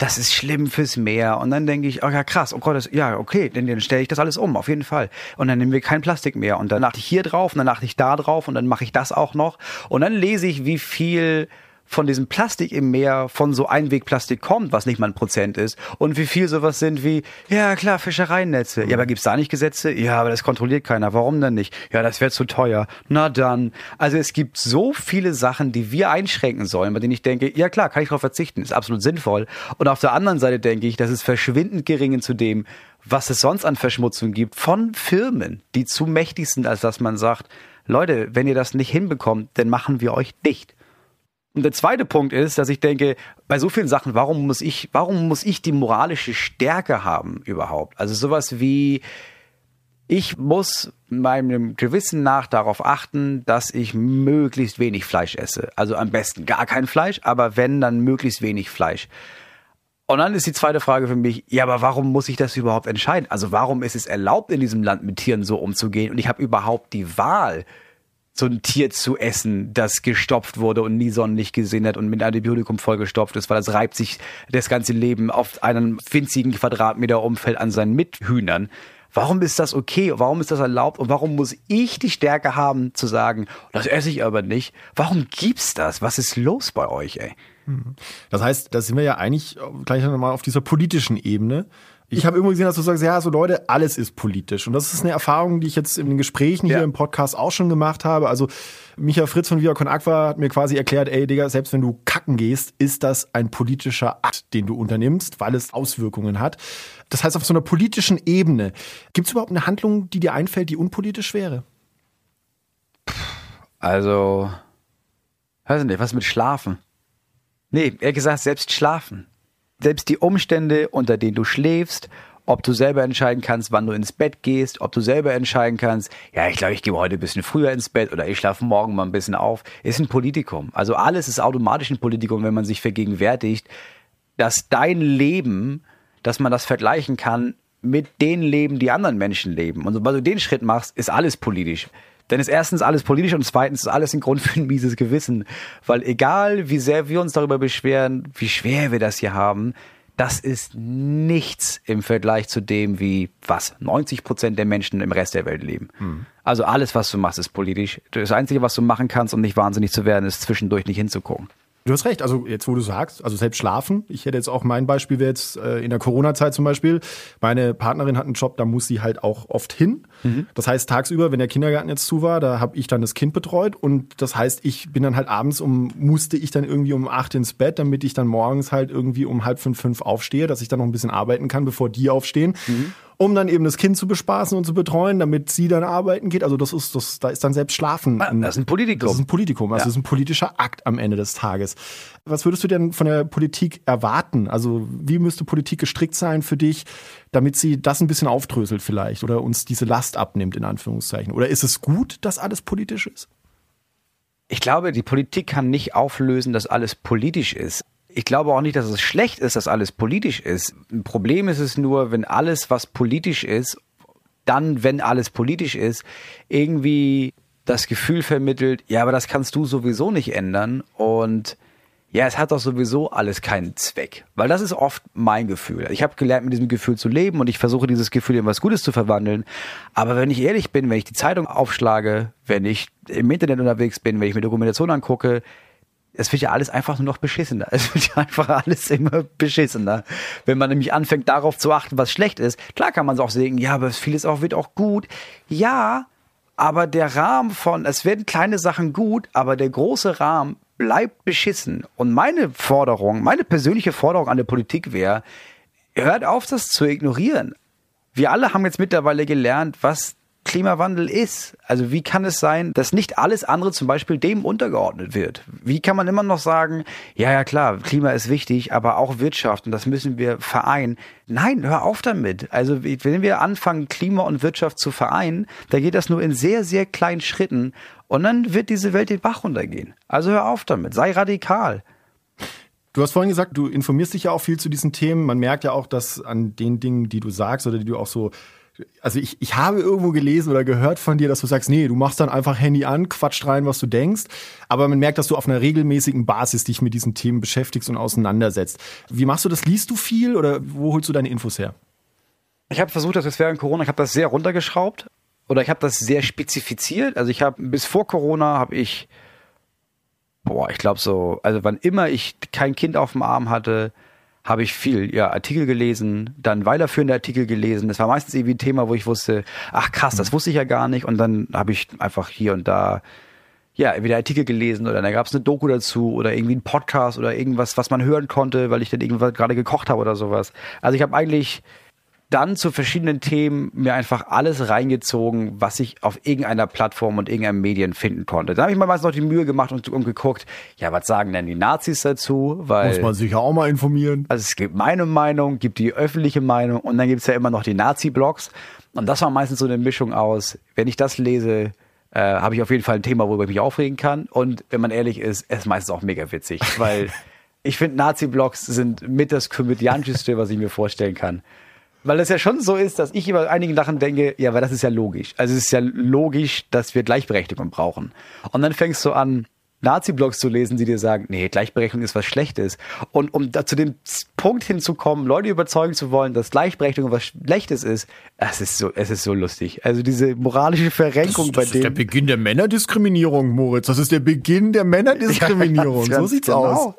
das ist schlimm fürs Meer. Und dann denke ich, oh ja krass, oh Gott, ja okay, dann stelle ich das alles um, auf jeden Fall. Und dann nehmen wir kein Plastik mehr. Und dann achte ich hier drauf und dann achte ich da drauf und dann mache ich das auch noch. Und dann lese ich, wie viel von diesem Plastik im Meer von so Einwegplastik kommt, was nicht mal 1% ist, und wie viel sowas sind wie, ja klar, Fischereinetze. Ja, aber gibt's da nicht Gesetze? Ja, aber das kontrolliert keiner. Warum denn nicht? Ja, das wäre zu teuer. Na dann. Also es gibt so viele Sachen, die wir einschränken sollen, bei denen ich denke, ja klar, kann ich darauf verzichten, ist absolut sinnvoll. Und auf der anderen Seite denke ich, das ist verschwindend gering zu dem, was es sonst an Verschmutzung gibt von Firmen, die zu mächtig sind, als dass man sagt, Leute, wenn ihr das nicht hinbekommt, dann machen wir euch dicht. Und der zweite Punkt ist, dass ich denke, bei so vielen Sachen, warum muss ich die moralische Stärke haben überhaupt? Also sowas wie, ich muss meinem Gewissen nach darauf achten, dass ich möglichst wenig Fleisch esse. Also am besten gar kein Fleisch, aber wenn, dann möglichst wenig Fleisch. Und dann ist die zweite Frage für mich, ja, aber warum muss ich das überhaupt entscheiden? Also warum ist es erlaubt, in diesem Land mit Tieren so umzugehen? Und ich habe überhaupt die Wahl, so ein Tier zu essen, das gestopft wurde und nie Sonnenlicht gesehen hat und mit Antibiotikum vollgestopft ist, weil das reibt sich das ganze Leben auf einen winzigen Quadratmeter Umfeld an seinen Mithühnern. Warum ist das okay? Warum ist das erlaubt? Und warum muss ich die Stärke haben, zu sagen, das esse ich aber nicht? Warum gibt's das? Was ist los bei euch, ey? Das heißt, da sind wir ja eigentlich gleich nochmal auf dieser politischen Ebene. Ich habe irgendwo gesehen, dass du sagst, ja, so Leute, alles ist politisch. Und das ist eine Erfahrung, die ich jetzt in den Gesprächen hier im Podcast auch schon gemacht habe. Also Micha Fritz von Viva Con Aqua hat mir quasi erklärt, ey Digga, selbst wenn du kacken gehst, ist das ein politischer Akt, den du unternimmst, weil es Auswirkungen hat. Das heißt, auf so einer politischen Ebene, gibt es überhaupt eine Handlung, die dir einfällt, die unpolitisch wäre? Also, weiß nicht, was mit Schlafen? Nee, ehrlich gesagt, selbst Schlafen. Selbst die Umstände, unter denen du schläfst, ob du selber entscheiden kannst, wann du ins Bett gehst, ob du selber entscheiden kannst, ja, ich glaube, ich gehe heute ein bisschen früher ins Bett oder ich schlafe morgen mal ein bisschen auf, ist ein Politikum. Also alles ist automatisch ein Politikum, wenn man sich vergegenwärtigt, dass dein Leben, dass man das vergleichen kann mit den Leben, die anderen Menschen leben. Und sobald du den Schritt machst, ist alles politisch. Denn ist erstens alles politisch und zweitens ist alles ein Grund für ein mieses Gewissen. Weil egal, wie sehr wir uns darüber beschweren, wie schwer wir das hier haben, das ist nichts im Vergleich zu dem, wie 90% der Menschen im Rest der Welt leben. Also alles, was du machst, ist politisch. Das Einzige, was du machen kannst, um nicht wahnsinnig zu werden, ist zwischendurch nicht hinzugucken. Du hast recht, also jetzt wo du sagst, also selbst schlafen, ich hätte jetzt auch mein Beispiel wäre jetzt in der Corona-Zeit zum Beispiel, meine Partnerin hat einen Job, da muss sie halt auch oft hin. Das heißt tagsüber, wenn der Kindergarten jetzt zu war, da habe ich dann das Kind betreut und das heißt, ich bin dann halt abends musste ich dann irgendwie um 8 ins Bett, damit ich dann morgens halt irgendwie um 4:30 aufstehe, dass ich dann noch ein bisschen arbeiten kann, bevor die aufstehen. Um dann eben das Kind zu bespaßen und zu betreuen, damit sie dann arbeiten geht. Also da ist dann selbst Schlafen. Das ist ein Politikum. Das ist ein Politikum, also das ist ein politischer Akt am Ende des Tages. Was würdest du denn von der Politik erwarten? Also wie müsste Politik gestrickt sein für dich, damit sie das ein bisschen aufdröselt vielleicht oder uns diese Last abnimmt, in Anführungszeichen? Oder ist es gut, dass alles politisch ist? Ich glaube, die Politik kann nicht auflösen, dass alles politisch ist. Ich glaube auch nicht, dass es schlecht ist, dass alles politisch ist. Ein Problem ist es nur, wenn alles, was politisch ist, dann, wenn alles politisch ist, irgendwie das Gefühl vermittelt, ja, aber das kannst du sowieso nicht ändern und ja, es hat doch sowieso alles keinen Zweck. Weil das ist oft mein Gefühl. Ich habe gelernt, mit diesem Gefühl zu leben und ich versuche, dieses Gefühl in was Gutes zu verwandeln. Aber wenn ich ehrlich bin, wenn ich die Zeitung aufschlage, wenn ich im Internet unterwegs bin, wenn ich mir Dokumentation angucke, es wird ja alles einfach nur noch beschissener. Es wird ja einfach alles immer beschissener. Wenn man nämlich anfängt, darauf zu achten, was schlecht ist, klar kann man es auch sagen, ja, aber vieles wird auch gut. Ja, aber der Rahmen es werden kleine Sachen gut, aber der große Rahmen bleibt beschissen. Und meine persönliche Forderung an der Politik wäre, hört auf, das zu ignorieren. Wir alle haben jetzt mittlerweile gelernt, was Klimawandel ist. Also wie kann es sein, dass nicht alles andere zum Beispiel dem untergeordnet wird? Wie kann man immer noch sagen, ja klar, Klima ist wichtig, aber auch Wirtschaft und das müssen wir vereinen. Nein, hör auf damit. Also wenn wir anfangen, Klima und Wirtschaft zu vereinen, da geht das nur in sehr, sehr kleinen Schritten und dann wird diese Welt den Bach runtergehen. Also hör auf damit, sei radikal. Du hast vorhin gesagt, du informierst dich ja auch viel zu diesen Themen. Man merkt ja auch, dass an den Dingen, die du sagst oder die du auch so also ich habe irgendwo gelesen oder gehört von dir, dass du sagst, nee, du machst dann einfach Handy an, quatscht rein, was du denkst. Aber man merkt, dass du auf einer regelmäßigen Basis dich mit diesen Themen beschäftigst und auseinandersetzt. Wie machst du das? Liest du viel oder wo holst du deine Infos her? Ich habe versucht, das jetzt während Corona, ich habe das sehr runtergeschraubt oder ich habe das sehr spezifiziert. Also ich habe bis vor Corona habe ich, ich glaube so, also wann immer ich kein Kind auf dem Arm hatte, habe ich viel Artikel gelesen, dann weiterführende Artikel gelesen. Das war meistens irgendwie ein Thema, wo ich wusste, ach krass, das wusste ich ja gar nicht. Und dann habe ich einfach hier und da entweder Artikel gelesen oder dann gab es eine Doku dazu oder irgendwie einen Podcast oder irgendwas, was man hören konnte, weil ich dann irgendwas gerade gekocht habe oder sowas. Also ich habe eigentlich dann zu verschiedenen Themen mir einfach alles reingezogen, was ich auf irgendeiner Plattform und irgendeinem Medien finden konnte. Dann habe ich mir meist noch die Mühe gemacht und geguckt, was sagen denn die Nazis dazu? Weil, muss man sich ja auch mal informieren. Also es gibt meine Meinung, gibt die öffentliche Meinung und dann gibt es ja immer noch die Nazi-Blogs. Und das war meistens so eine Mischung aus, wenn ich das lese, habe ich auf jeden Fall ein Thema, worüber ich mich aufregen kann. Und wenn man ehrlich ist, es ist meistens auch mega witzig, weil ich finde, Nazi-Blogs sind mit das komödiantischste, was ich mir vorstellen kann. Weil es ja schon so ist, dass ich über einigen Sachen denke, weil das ist ja logisch. Also es ist ja logisch, dass wir Gleichberechtigung brauchen. Und dann fängst du an, Nazi-Blogs zu lesen, die dir sagen, nee, Gleichberechtigung ist was Schlechtes. Und um da zu dem Punkt hinzukommen, Leute überzeugen zu wollen, dass Gleichberechtigung was Schlechtes ist, es ist so lustig. Also diese moralische Verrenkung das ist der Beginn der Männerdiskriminierung, Moritz. Das ist der Beginn der Männerdiskriminierung. So sieht's aus.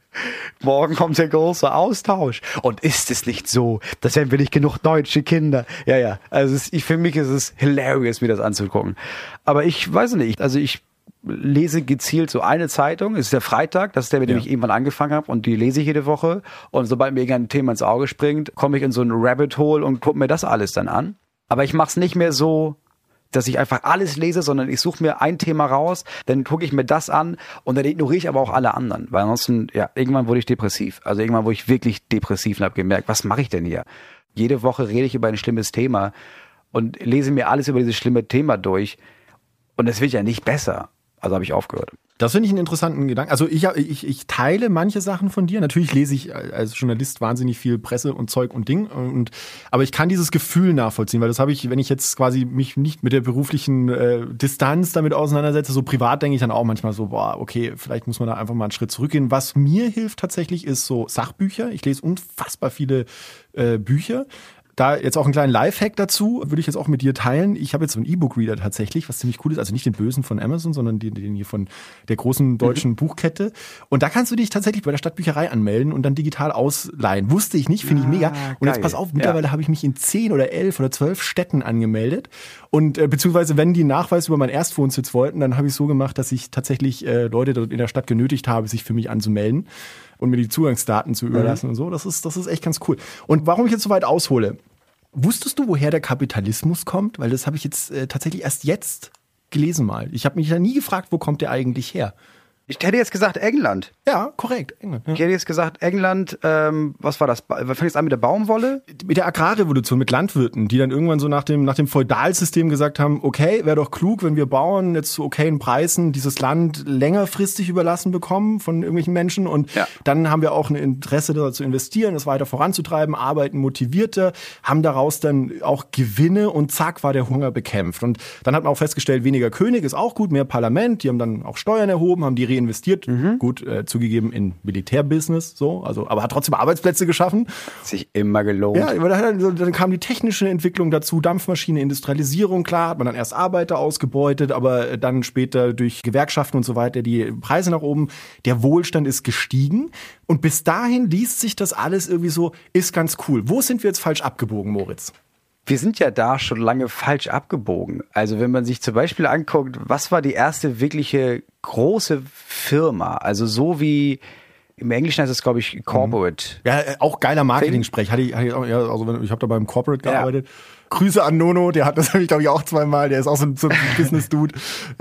Morgen kommt der große Austausch. Und ist es nicht so, dass wir nicht genug deutsche Kinder? Also für mich ist es hilarious, mir das anzugucken. Aber ich weiß nicht, also ich lese gezielt so eine Zeitung, es ist der Freitag, das ist der, mit dem ich irgendwann angefangen habe und die lese ich jede Woche und sobald mir irgendein Thema ins Auge springt, komme ich in so ein Rabbit Hole und gucke mir das alles dann an. Aber ich mache es nicht mehr so, dass ich einfach alles lese, sondern ich suche mir ein Thema raus, dann gucke ich mir das an und dann ignoriere ich aber auch alle anderen, weil ansonsten, irgendwann wurde ich depressiv. Also irgendwann wurde ich wirklich depressiv und habe gemerkt, was mache ich denn hier? Jede Woche rede ich über ein schlimmes Thema und lese mir alles über dieses schlimme Thema durch und es wird ja nicht besser. Also habe ich aufgehört. Das finde ich einen interessanten Gedanken. Also ich teile manche Sachen von dir. Natürlich lese ich als Journalist wahnsinnig viel Presse und Zeug und Ding. Aber ich kann dieses Gefühl nachvollziehen, weil das habe ich, wenn ich jetzt quasi mich nicht mit der beruflichen Distanz damit auseinandersetze, so privat denke ich dann auch manchmal so, okay, vielleicht muss man da einfach mal einen Schritt zurückgehen. Was mir hilft tatsächlich ist so Sachbücher. Ich lese unfassbar viele Bücher. Da jetzt auch einen kleinen Lifehack dazu, würde ich jetzt auch mit dir teilen. Ich habe jetzt so einen E-Book-Reader tatsächlich, was ziemlich cool ist. Also nicht den bösen von Amazon, sondern den hier von der großen deutschen Buchkette. Und da kannst du dich tatsächlich bei der Stadtbücherei anmelden und dann digital ausleihen. Wusste ich nicht, finde ich mega. Und jetzt pass auf, mittlerweile habe ich mich in 10 oder 11 oder 12 Städten angemeldet. Und beziehungsweise, wenn die einen Nachweis über meinen Erstwohnsitz wollten, dann habe ich so gemacht, dass ich tatsächlich Leute dort in der Stadt genötigt habe, sich für mich anzumelden und mir die Zugangsdaten zu überlassen und so. Das ist echt ganz cool. Und warum ich jetzt so weit aushole, wusstest du, woher der Kapitalismus kommt? Weil das habe ich jetzt tatsächlich erst jetzt gelesen mal. Ich habe mich ja nie gefragt, wo kommt der eigentlich her? Ich hätte jetzt gesagt England. Ja, korrekt. England. Ja. Ich hätte jetzt gesagt England, was war das? Fängt es an mit der Baumwolle? Mit der Agrarrevolution, mit Landwirten, die dann irgendwann so nach dem Feudalsystem gesagt haben, okay, wäre doch klug, wenn wir Bauern jetzt zu okayen Preisen dieses Land längerfristig überlassen bekommen von irgendwelchen Menschen. Und dann haben wir auch ein Interesse dazu zu investieren, es weiter voranzutreiben, arbeiten motivierter, haben daraus dann auch Gewinne und zack war der Hunger bekämpft. Und dann hat man auch festgestellt, weniger König ist auch gut, mehr Parlament, die haben dann auch Steuern erhoben, haben die reinvestiert, gut zugegeben in Militärbusiness, so, also, aber hat trotzdem Arbeitsplätze geschaffen. Sich immer gelohnt. Ja, dann kam die technische Entwicklung dazu, Dampfmaschine, Industrialisierung, klar, hat man dann erst Arbeiter ausgebeutet, aber dann später durch Gewerkschaften und so weiter die Preise nach oben, der Wohlstand ist gestiegen und bis dahin liest sich das alles irgendwie so, ist ganz cool. Wo sind wir jetzt falsch abgebogen, Moritz? Wir sind ja da schon lange falsch abgebogen. Also wenn man sich zum Beispiel anguckt, was war die erste wirkliche große Firma? Also so wie im Englischen heißt es, glaube ich, Corporate. Ja, auch geiler Marketing-Sprech. Ich habe da beim Corporate gearbeitet. Grüße an Nono, der hat das nämlich, glaube ich, auch zweimal. Der ist auch so ein Business-Dude.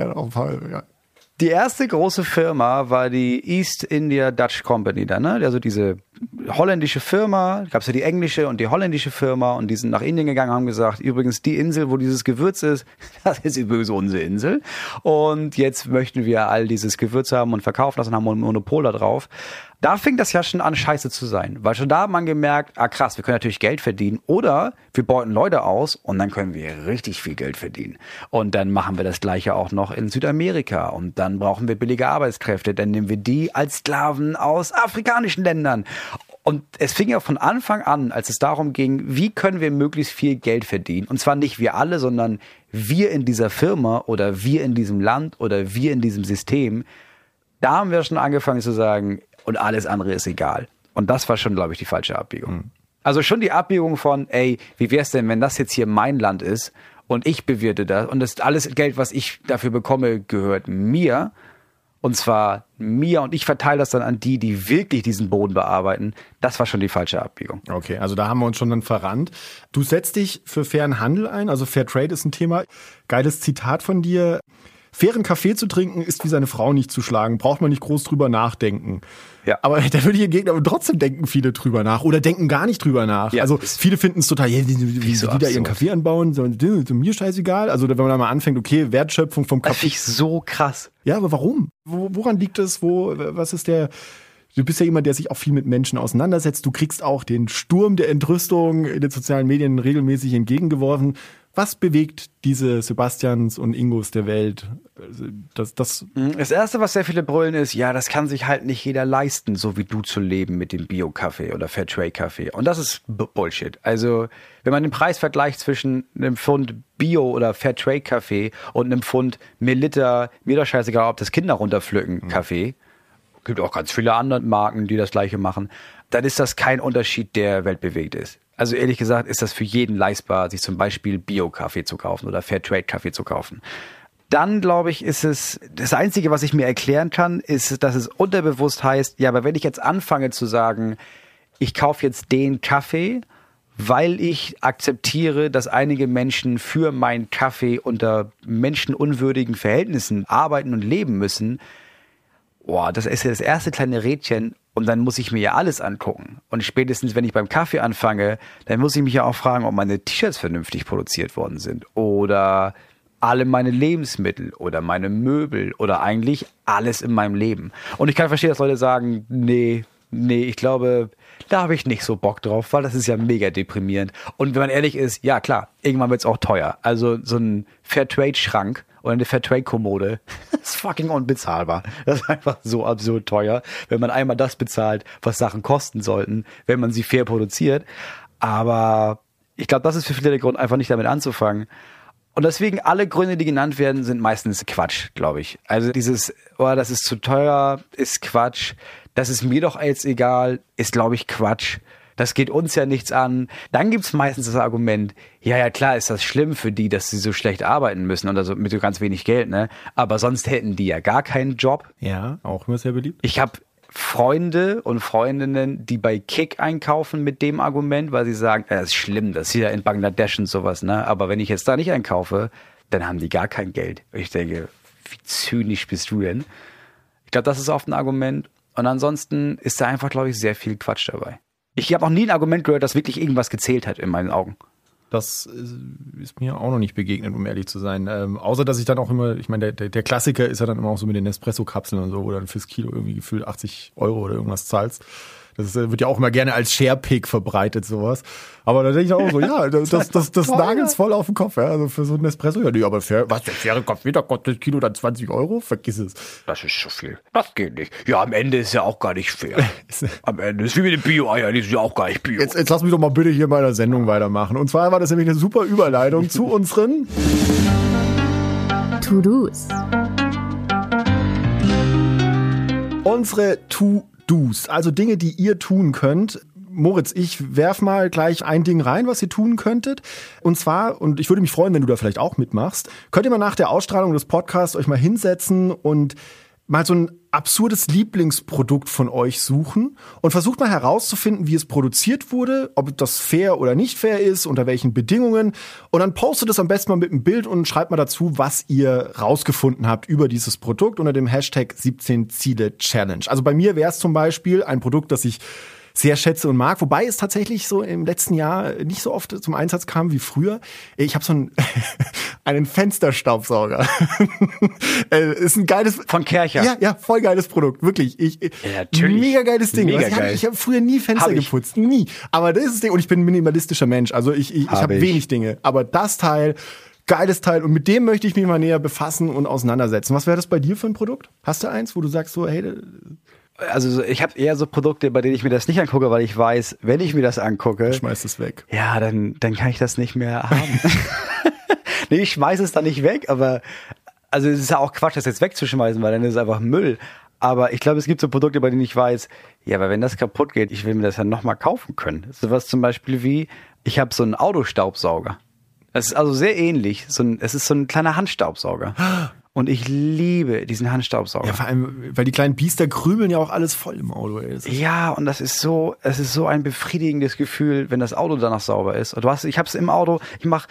Ja. Die erste große Firma war die East India Dutch Company da, ne? Also diese holländische Firma, gab es ja die englische und die holländische Firma und die sind nach Indien gegangen und haben gesagt, übrigens die Insel, wo dieses Gewürz ist, das ist übrigens unsere Insel und jetzt möchten wir all dieses Gewürz haben und verkaufen das und haben ein Monopol da drauf. Da fing das ja schon an, scheiße zu sein, weil schon da hat man gemerkt, krass, wir können natürlich Geld verdienen oder wir beuten Leute aus und dann können wir richtig viel Geld verdienen. Und dann machen wir das Gleiche auch noch in Südamerika und dann brauchen wir billige Arbeitskräfte, dann nehmen wir die als Sklaven aus afrikanischen Ländern. Und es fing ja von Anfang an, als es darum ging, wie können wir möglichst viel Geld verdienen. Und zwar nicht wir alle, sondern wir in dieser Firma oder wir in diesem Land oder wir in diesem System. Da haben wir schon angefangen zu sagen, und alles andere ist egal. Und das war schon, glaube ich, die falsche Abbiegung. Mhm. Also schon die Abbiegung von, wie wär's denn, wenn das jetzt hier mein Land ist und ich bewirte das und das alles Geld, was ich dafür bekomme, gehört mir. Und zwar mir und ich verteile das dann an die wirklich diesen Boden bearbeiten. Das war schon die falsche Abbiegung. Okay, also da haben wir uns schon dann verrannt. Du setzt dich für fairen Handel ein, also Fair Trade ist ein Thema. Geiles Zitat von dir. Fairen Kaffee zu trinken ist wie seine Frau nicht zu schlagen. Braucht man nicht groß drüber nachdenken. Ja. Aber da würde ich entgegnen, aber trotzdem denken viele drüber nach oder denken gar nicht drüber nach. Ja, also viele finden es total, wie so die da ihren Kaffee anbauen, so, mir scheißegal. Also wenn man da mal anfängt, okay, Wertschöpfung vom Kaffee. Das finde ich so krass. Ja, aber warum? Woran liegt es? Was ist der... Du bist ja jemand, der sich auch viel mit Menschen auseinandersetzt. Du kriegst auch den Sturm der Entrüstung in den sozialen Medien regelmäßig entgegengeworfen. Was bewegt diese Sebastians und Ingos der Welt? Das Erste, was sehr viele brüllen, ist, ja, das kann sich halt nicht jeder leisten, so wie du zu leben mit dem Bio-Kaffee oder Fairtrade-Kaffee. Und das ist Bullshit. Also, wenn man den Preis vergleicht zwischen einem Pfund Bio- oder Fairtrade-Kaffee und einem Pfund Melita, mir doch scheißegal, ob das Kinder runterpflücken, Kaffee, gibt auch ganz viele andere Marken, die das Gleiche machen, dann ist das kein Unterschied, der weltbewegt ist. Also ehrlich gesagt ist das für jeden leistbar, sich zum Beispiel Bio-Kaffee zu kaufen oder Fairtrade-Kaffee zu kaufen. Dann, glaube ich, ist es, das Einzige, was ich mir erklären kann, ist, dass es unterbewusst heißt, ja, aber wenn ich jetzt anfange zu sagen, ich kaufe jetzt den Kaffee, weil ich akzeptiere, dass einige Menschen für meinen Kaffee unter menschenunwürdigen Verhältnissen arbeiten und leben müssen, das ist ja das erste kleine Rädchen und dann muss ich mir ja alles angucken. Und spätestens, wenn ich beim Kaffee anfange, dann muss ich mich ja auch fragen, ob meine T-Shirts vernünftig produziert worden sind oder alle meine Lebensmittel oder meine Möbel oder eigentlich alles in meinem Leben. Und ich kann verstehen, dass Leute sagen, nee, ich glaube, da habe ich nicht so Bock drauf, weil das ist ja mega deprimierend. Und wenn man ehrlich ist, ja klar, irgendwann wird es auch teuer. Also so ein Fairtrade-Schrank oder eine Fairtrade-Kommode ist fucking unbezahlbar. Das ist einfach so absurd teuer, wenn man einmal das bezahlt, was Sachen kosten sollten, wenn man sie fair produziert. Aber ich glaube, das ist für viele der Grund, einfach nicht damit anzufangen. Und deswegen alle Gründe, die genannt werden, sind meistens Quatsch, glaube ich. Also dieses, das ist zu teuer, ist Quatsch. Das ist mir doch jetzt egal, ist, glaube ich, Quatsch. Das geht uns ja nichts an. Dann gibt's meistens das Argument, ja, klar ist das schlimm für die, dass sie so schlecht arbeiten müssen oder so mit so ganz wenig Geld, ne? Aber sonst hätten die ja gar keinen Job. Ja, auch immer sehr beliebt. Ich habe Freunde und Freundinnen, die bei Kick einkaufen mit dem Argument, weil sie sagen, das ist schlimm, das ist ja in Bangladesch und sowas, ne? Aber wenn ich jetzt da nicht einkaufe, dann haben die gar kein Geld. Und ich denke, wie zynisch bist du denn? Ich glaube, das ist oft ein Argument. Und ansonsten ist da einfach, glaube ich, sehr viel Quatsch dabei. Ich habe noch nie ein Argument gehört, das wirklich irgendwas gezählt hat in meinen Augen. Das ist mir auch noch nicht begegnet, um ehrlich zu sein. Außer, dass ich dann auch immer, ich meine, der Klassiker ist ja dann immer auch so mit den Nespresso-Kapseln und so, wo du dann fürs Kilo irgendwie gefühlt 80 € oder irgendwas zahlst. Das wird ja auch immer gerne als Share-Pick verbreitet, sowas. Aber da denke ich auch so, ja, das nagelt's voll auf den Kopf. Ja. Also für so einen Espresso, ja, nee, aber der faire Kaffee, da kostet das Kilo dann 20 €? Vergiss es. Das ist so viel. Das geht nicht. Ja, am Ende ist ja auch gar nicht fair. Am Ende ist wie mit den Bio-Eiern, die sind ja auch gar nicht Bio. Jetzt lass mich doch mal bitte hier in meiner Sendung weitermachen. Und zwar war das nämlich eine super Überleitung zu unseren To-Dos. Unsere To-Dos, also Dinge, die ihr tun könnt. Moritz, ich werf mal gleich ein Ding rein, was ihr tun könntet. Und zwar, und ich würde mich freuen, wenn du da vielleicht auch mitmachst, könnt ihr mal nach der Ausstrahlung des Podcasts euch mal hinsetzen und mal so ein absurdes Lieblingsprodukt von euch suchen und versucht mal herauszufinden, wie es produziert wurde, ob das fair oder nicht fair ist, unter welchen Bedingungen. Und dann postet es am besten mal mit einem Bild und schreibt mal dazu, was ihr rausgefunden habt über dieses Produkt unter dem Hashtag 17 Ziele Challenge. Also bei mir wäre es zum Beispiel ein Produkt, das ich sehr schätze und mag. Wobei es tatsächlich so im letzten Jahr nicht so oft zum Einsatz kam wie früher. Ich habe so einen Fensterstaubsauger. Ist ein geiles... Von Kärcher. Ja, voll geiles Produkt. Wirklich. Natürlich. Mega geiles Ding. Mega geil. Ich habe früher nie Fenster geputzt. Nie. Aber das ist das Ding. Und ich bin ein minimalistischer Mensch. Also ich habe wenig Dinge. Aber das Teil... Geiles Teil und mit dem möchte ich mich mal näher befassen und auseinandersetzen. Was wäre das bei dir für ein Produkt? Hast du eins, wo du sagst so, hey... Also ich habe eher so Produkte, bei denen ich mir das nicht angucke, weil ich weiß, wenn ich mir das angucke... Schmeiß es weg. Ja, dann kann ich das nicht mehr haben. Nee, ich schmeiße es dann nicht weg, aber... Also es ist ja auch Quatsch, das jetzt wegzuschmeißen, weil dann ist es einfach Müll. Aber ich glaube, es gibt so Produkte, bei denen ich weiß, ja, aber wenn das kaputt geht, ich will mir das ja nochmal kaufen können. Sowas zum Beispiel wie, ich habe so einen Autostaubsauger. Das ist also sehr ähnlich. Es ist so ein kleiner Handstaubsauger. Und ich liebe diesen Handstaubsauger. Ja, vor allem, weil die kleinen Biester krümeln ja auch alles voll im Auto. Ey. Ja, und es ist so ein befriedigendes Gefühl, wenn das Auto danach sauber ist. Und ich habe es im Auto, ich mache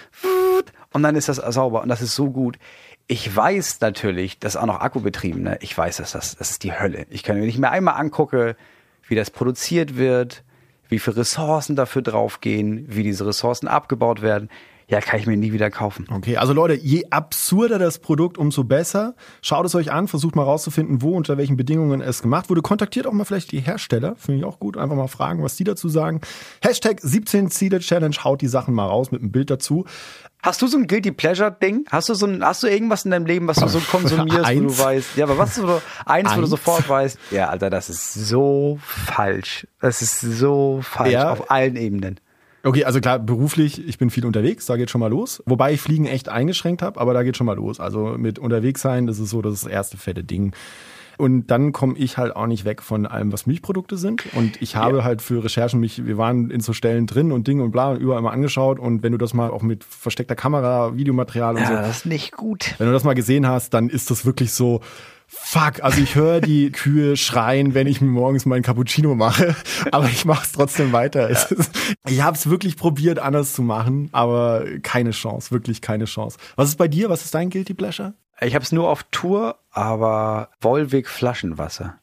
und dann ist das sauber und das ist so gut. Ich weiß natürlich, das ist auch noch akkubetrieben, ne? Ich weiß, das ist die Hölle. Wenn ich mir einmal angucke, wie das produziert wird, wie viele Ressourcen dafür draufgehen, wie diese Ressourcen abgebaut werden, ja, kann ich mir nie wieder kaufen. Okay, also Leute, je absurder das Produkt, umso besser. Schaut es euch an, versucht mal rauszufinden, wo, unter welchen Bedingungen es gemacht wurde. Kontaktiert auch mal vielleicht die Hersteller, finde ich auch gut. Einfach mal fragen, was die dazu sagen. Hashtag 17 Ziele Challenge, haut die Sachen mal raus mit einem Bild dazu. Hast du so ein Guilty Pleasure Ding? Hast du irgendwas in deinem Leben, was du so konsumierst, wo du weißt, ja, aber was du wo du sofort weißt, ja, Alter, das ist so falsch. Das ist so falsch auf allen Ebenen. Okay, also klar, beruflich, ich bin viel unterwegs, da geht schon mal los. Wobei ich Fliegen echt eingeschränkt habe, aber da geht schon mal los. Also mit unterwegs sein, das ist so das erste fette Ding. Und dann komme ich halt auch nicht weg von allem, was Milchprodukte sind. Und ich habe halt für Recherchen wir waren in so Stellen drin und Dinge und bla und überall mal angeschaut. Und wenn du das mal auch mit versteckter Kamera, Videomaterial und so. Ja, das ist nicht gut. Wenn du das mal gesehen hast, dann ist das wirklich so... Fuck, also ich höre die Kühe schreien, wenn ich mir morgens meinen Cappuccino mache, aber ich mache es trotzdem weiter. Ja. Ich habe es wirklich probiert, anders zu machen, aber keine Chance, wirklich keine Chance. Was ist bei dir? Was ist dein Guilty Pleasure? Ich habe es nur auf Tour, aber Volvic Flaschenwasser.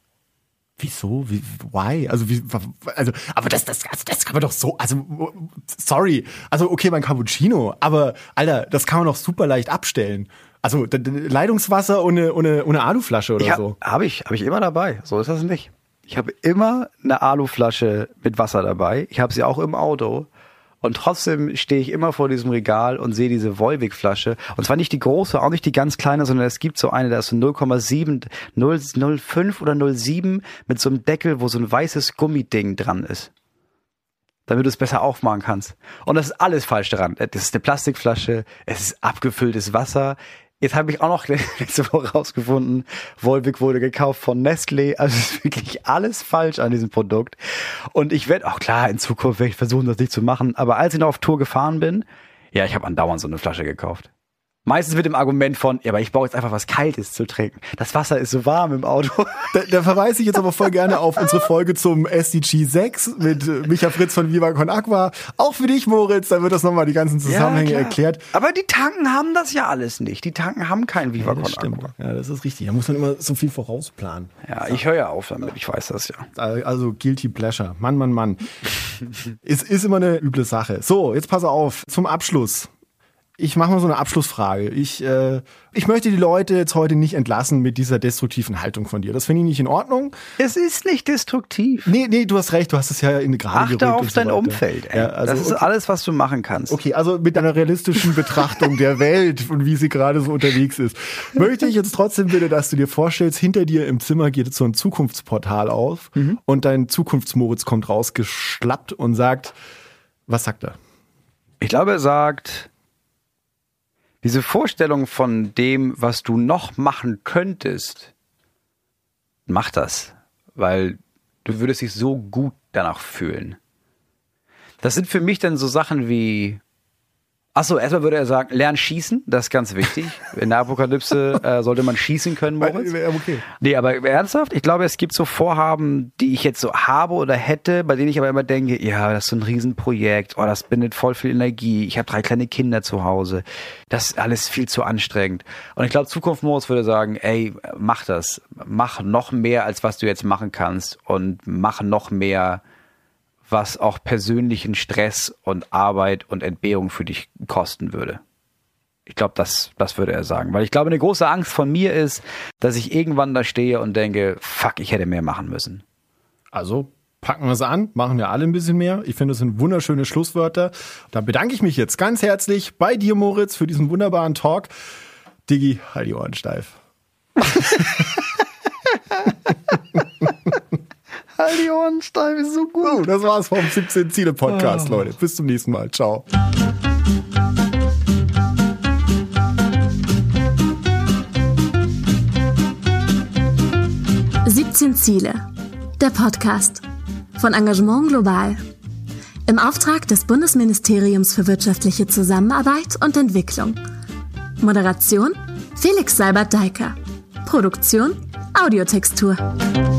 Wieso? Why? Also aber das kann man doch so, also sorry, also okay, mein Cappuccino, aber Alter, das kann man doch super leicht abstellen. Also Leitungswasser und eine Aluflasche oder so. Habe ich immer dabei. So ist das nicht. Ich habe immer eine Aluflasche mit Wasser dabei. Ich habe sie auch im Auto. Und trotzdem stehe ich immer vor diesem Regal und sehe diese Volvic-Flasche. Und zwar nicht die große, auch nicht die ganz kleine, sondern es gibt so eine, da ist so 0,7, 0,05 oder 0,7 mit so einem Deckel, wo so ein weißes Gummiding dran ist. Damit du es besser aufmachen kannst. Und das ist alles falsch daran. Das ist eine Plastikflasche, es ist abgefülltes Wasser. Jetzt habe ich auch noch letzte Woche rausgefunden, Volvic wurde gekauft von Nestlé. Also es ist wirklich alles falsch an diesem Produkt. Und ich werde auch klar, in Zukunft werde ich versuchen, das nicht zu machen. Aber als ich noch auf Tour gefahren bin, ja, ich habe andauernd so eine Flasche gekauft. Meistens mit dem Argument von, ja, aber ich brauche jetzt einfach was Kaltes zu trinken. Das Wasser ist so warm im Auto. Da verweise ich jetzt aber voll gerne auf unsere Folge zum SDG 6 mit Micha Fritz von Viva Con Aqua. Auch für dich, Moritz, da wird das nochmal die ganzen Zusammenhänge erklärt. Aber die Tanken haben das ja alles nicht. Die Tanken haben kein Viva Con Aqua. Ja, das ist richtig. Da muss man immer so viel vorausplanen. Ja, ich höre ja auf damit. Ich weiß das ja. Also Guilty Pleasure. Mann. Es ist immer eine üble Sache. So, jetzt pass auf. Zum Abschluss. Ich mache mal so eine Abschlussfrage. Ich möchte die Leute jetzt heute nicht entlassen mit dieser destruktiven Haltung von dir. Das finde ich nicht in Ordnung. Es ist nicht destruktiv. Nee, du hast recht. Du hast es ja in gerade gerückt. Achte auf dein Umfeld. Ey. Ja, also, das ist alles, was du machen kannst. Okay, also mit deiner realistischen Betrachtung der Welt und wie sie gerade so unterwegs ist, möchte ich jetzt trotzdem bitte, dass du dir vorstellst, hinter dir im Zimmer geht jetzt so ein Zukunftsportal auf und dein Zukunftsmoritz kommt rausgeschlappt und sagt, was sagt er? Ich glaube, er sagt... Diese Vorstellung von dem, was du noch machen könntest, mach das, weil du würdest dich so gut danach fühlen. Das sind für mich dann so Sachen wie, erstmal würde er sagen, lern schießen, das ist ganz wichtig. In der Apokalypse sollte man schießen können, Moritz. Okay. Nee, aber ernsthaft, ich glaube, es gibt so Vorhaben, die ich jetzt so habe oder hätte, bei denen ich aber immer denke, ja, das ist so ein Riesenprojekt, das bindet voll viel Energie, ich habe 3 kleine Kinder zu Hause, das ist alles viel zu anstrengend. Und ich glaube, Zukunft Moritz würde sagen, ey, mach das, mach noch mehr, als was du jetzt machen kannst und mach noch mehr was auch persönlichen Stress und Arbeit und Entbehrung für dich kosten würde. Ich glaube, das würde er sagen. Weil ich glaube, eine große Angst von mir ist, dass ich irgendwann da stehe und denke, fuck, ich hätte mehr machen müssen. Also packen wir es an, machen wir alle ein bisschen mehr. Ich finde, das sind wunderschöne Schlusswörter. Da bedanke ich mich jetzt ganz herzlich bei dir, Moritz, für diesen wunderbaren Talk. Diggi, halt die Ohren steif. Halt die Ohren steif, ist so gut. Das war's vom 17 Ziele Podcast, Leute. Bis zum nächsten Mal. Ciao. Ziele. Der Podcast von Engagement Global. Im Auftrag des Bundesministeriums für wirtschaftliche Zusammenarbeit und Entwicklung. Moderation Felix Seibert-Deiker. Produktion Audiotextur.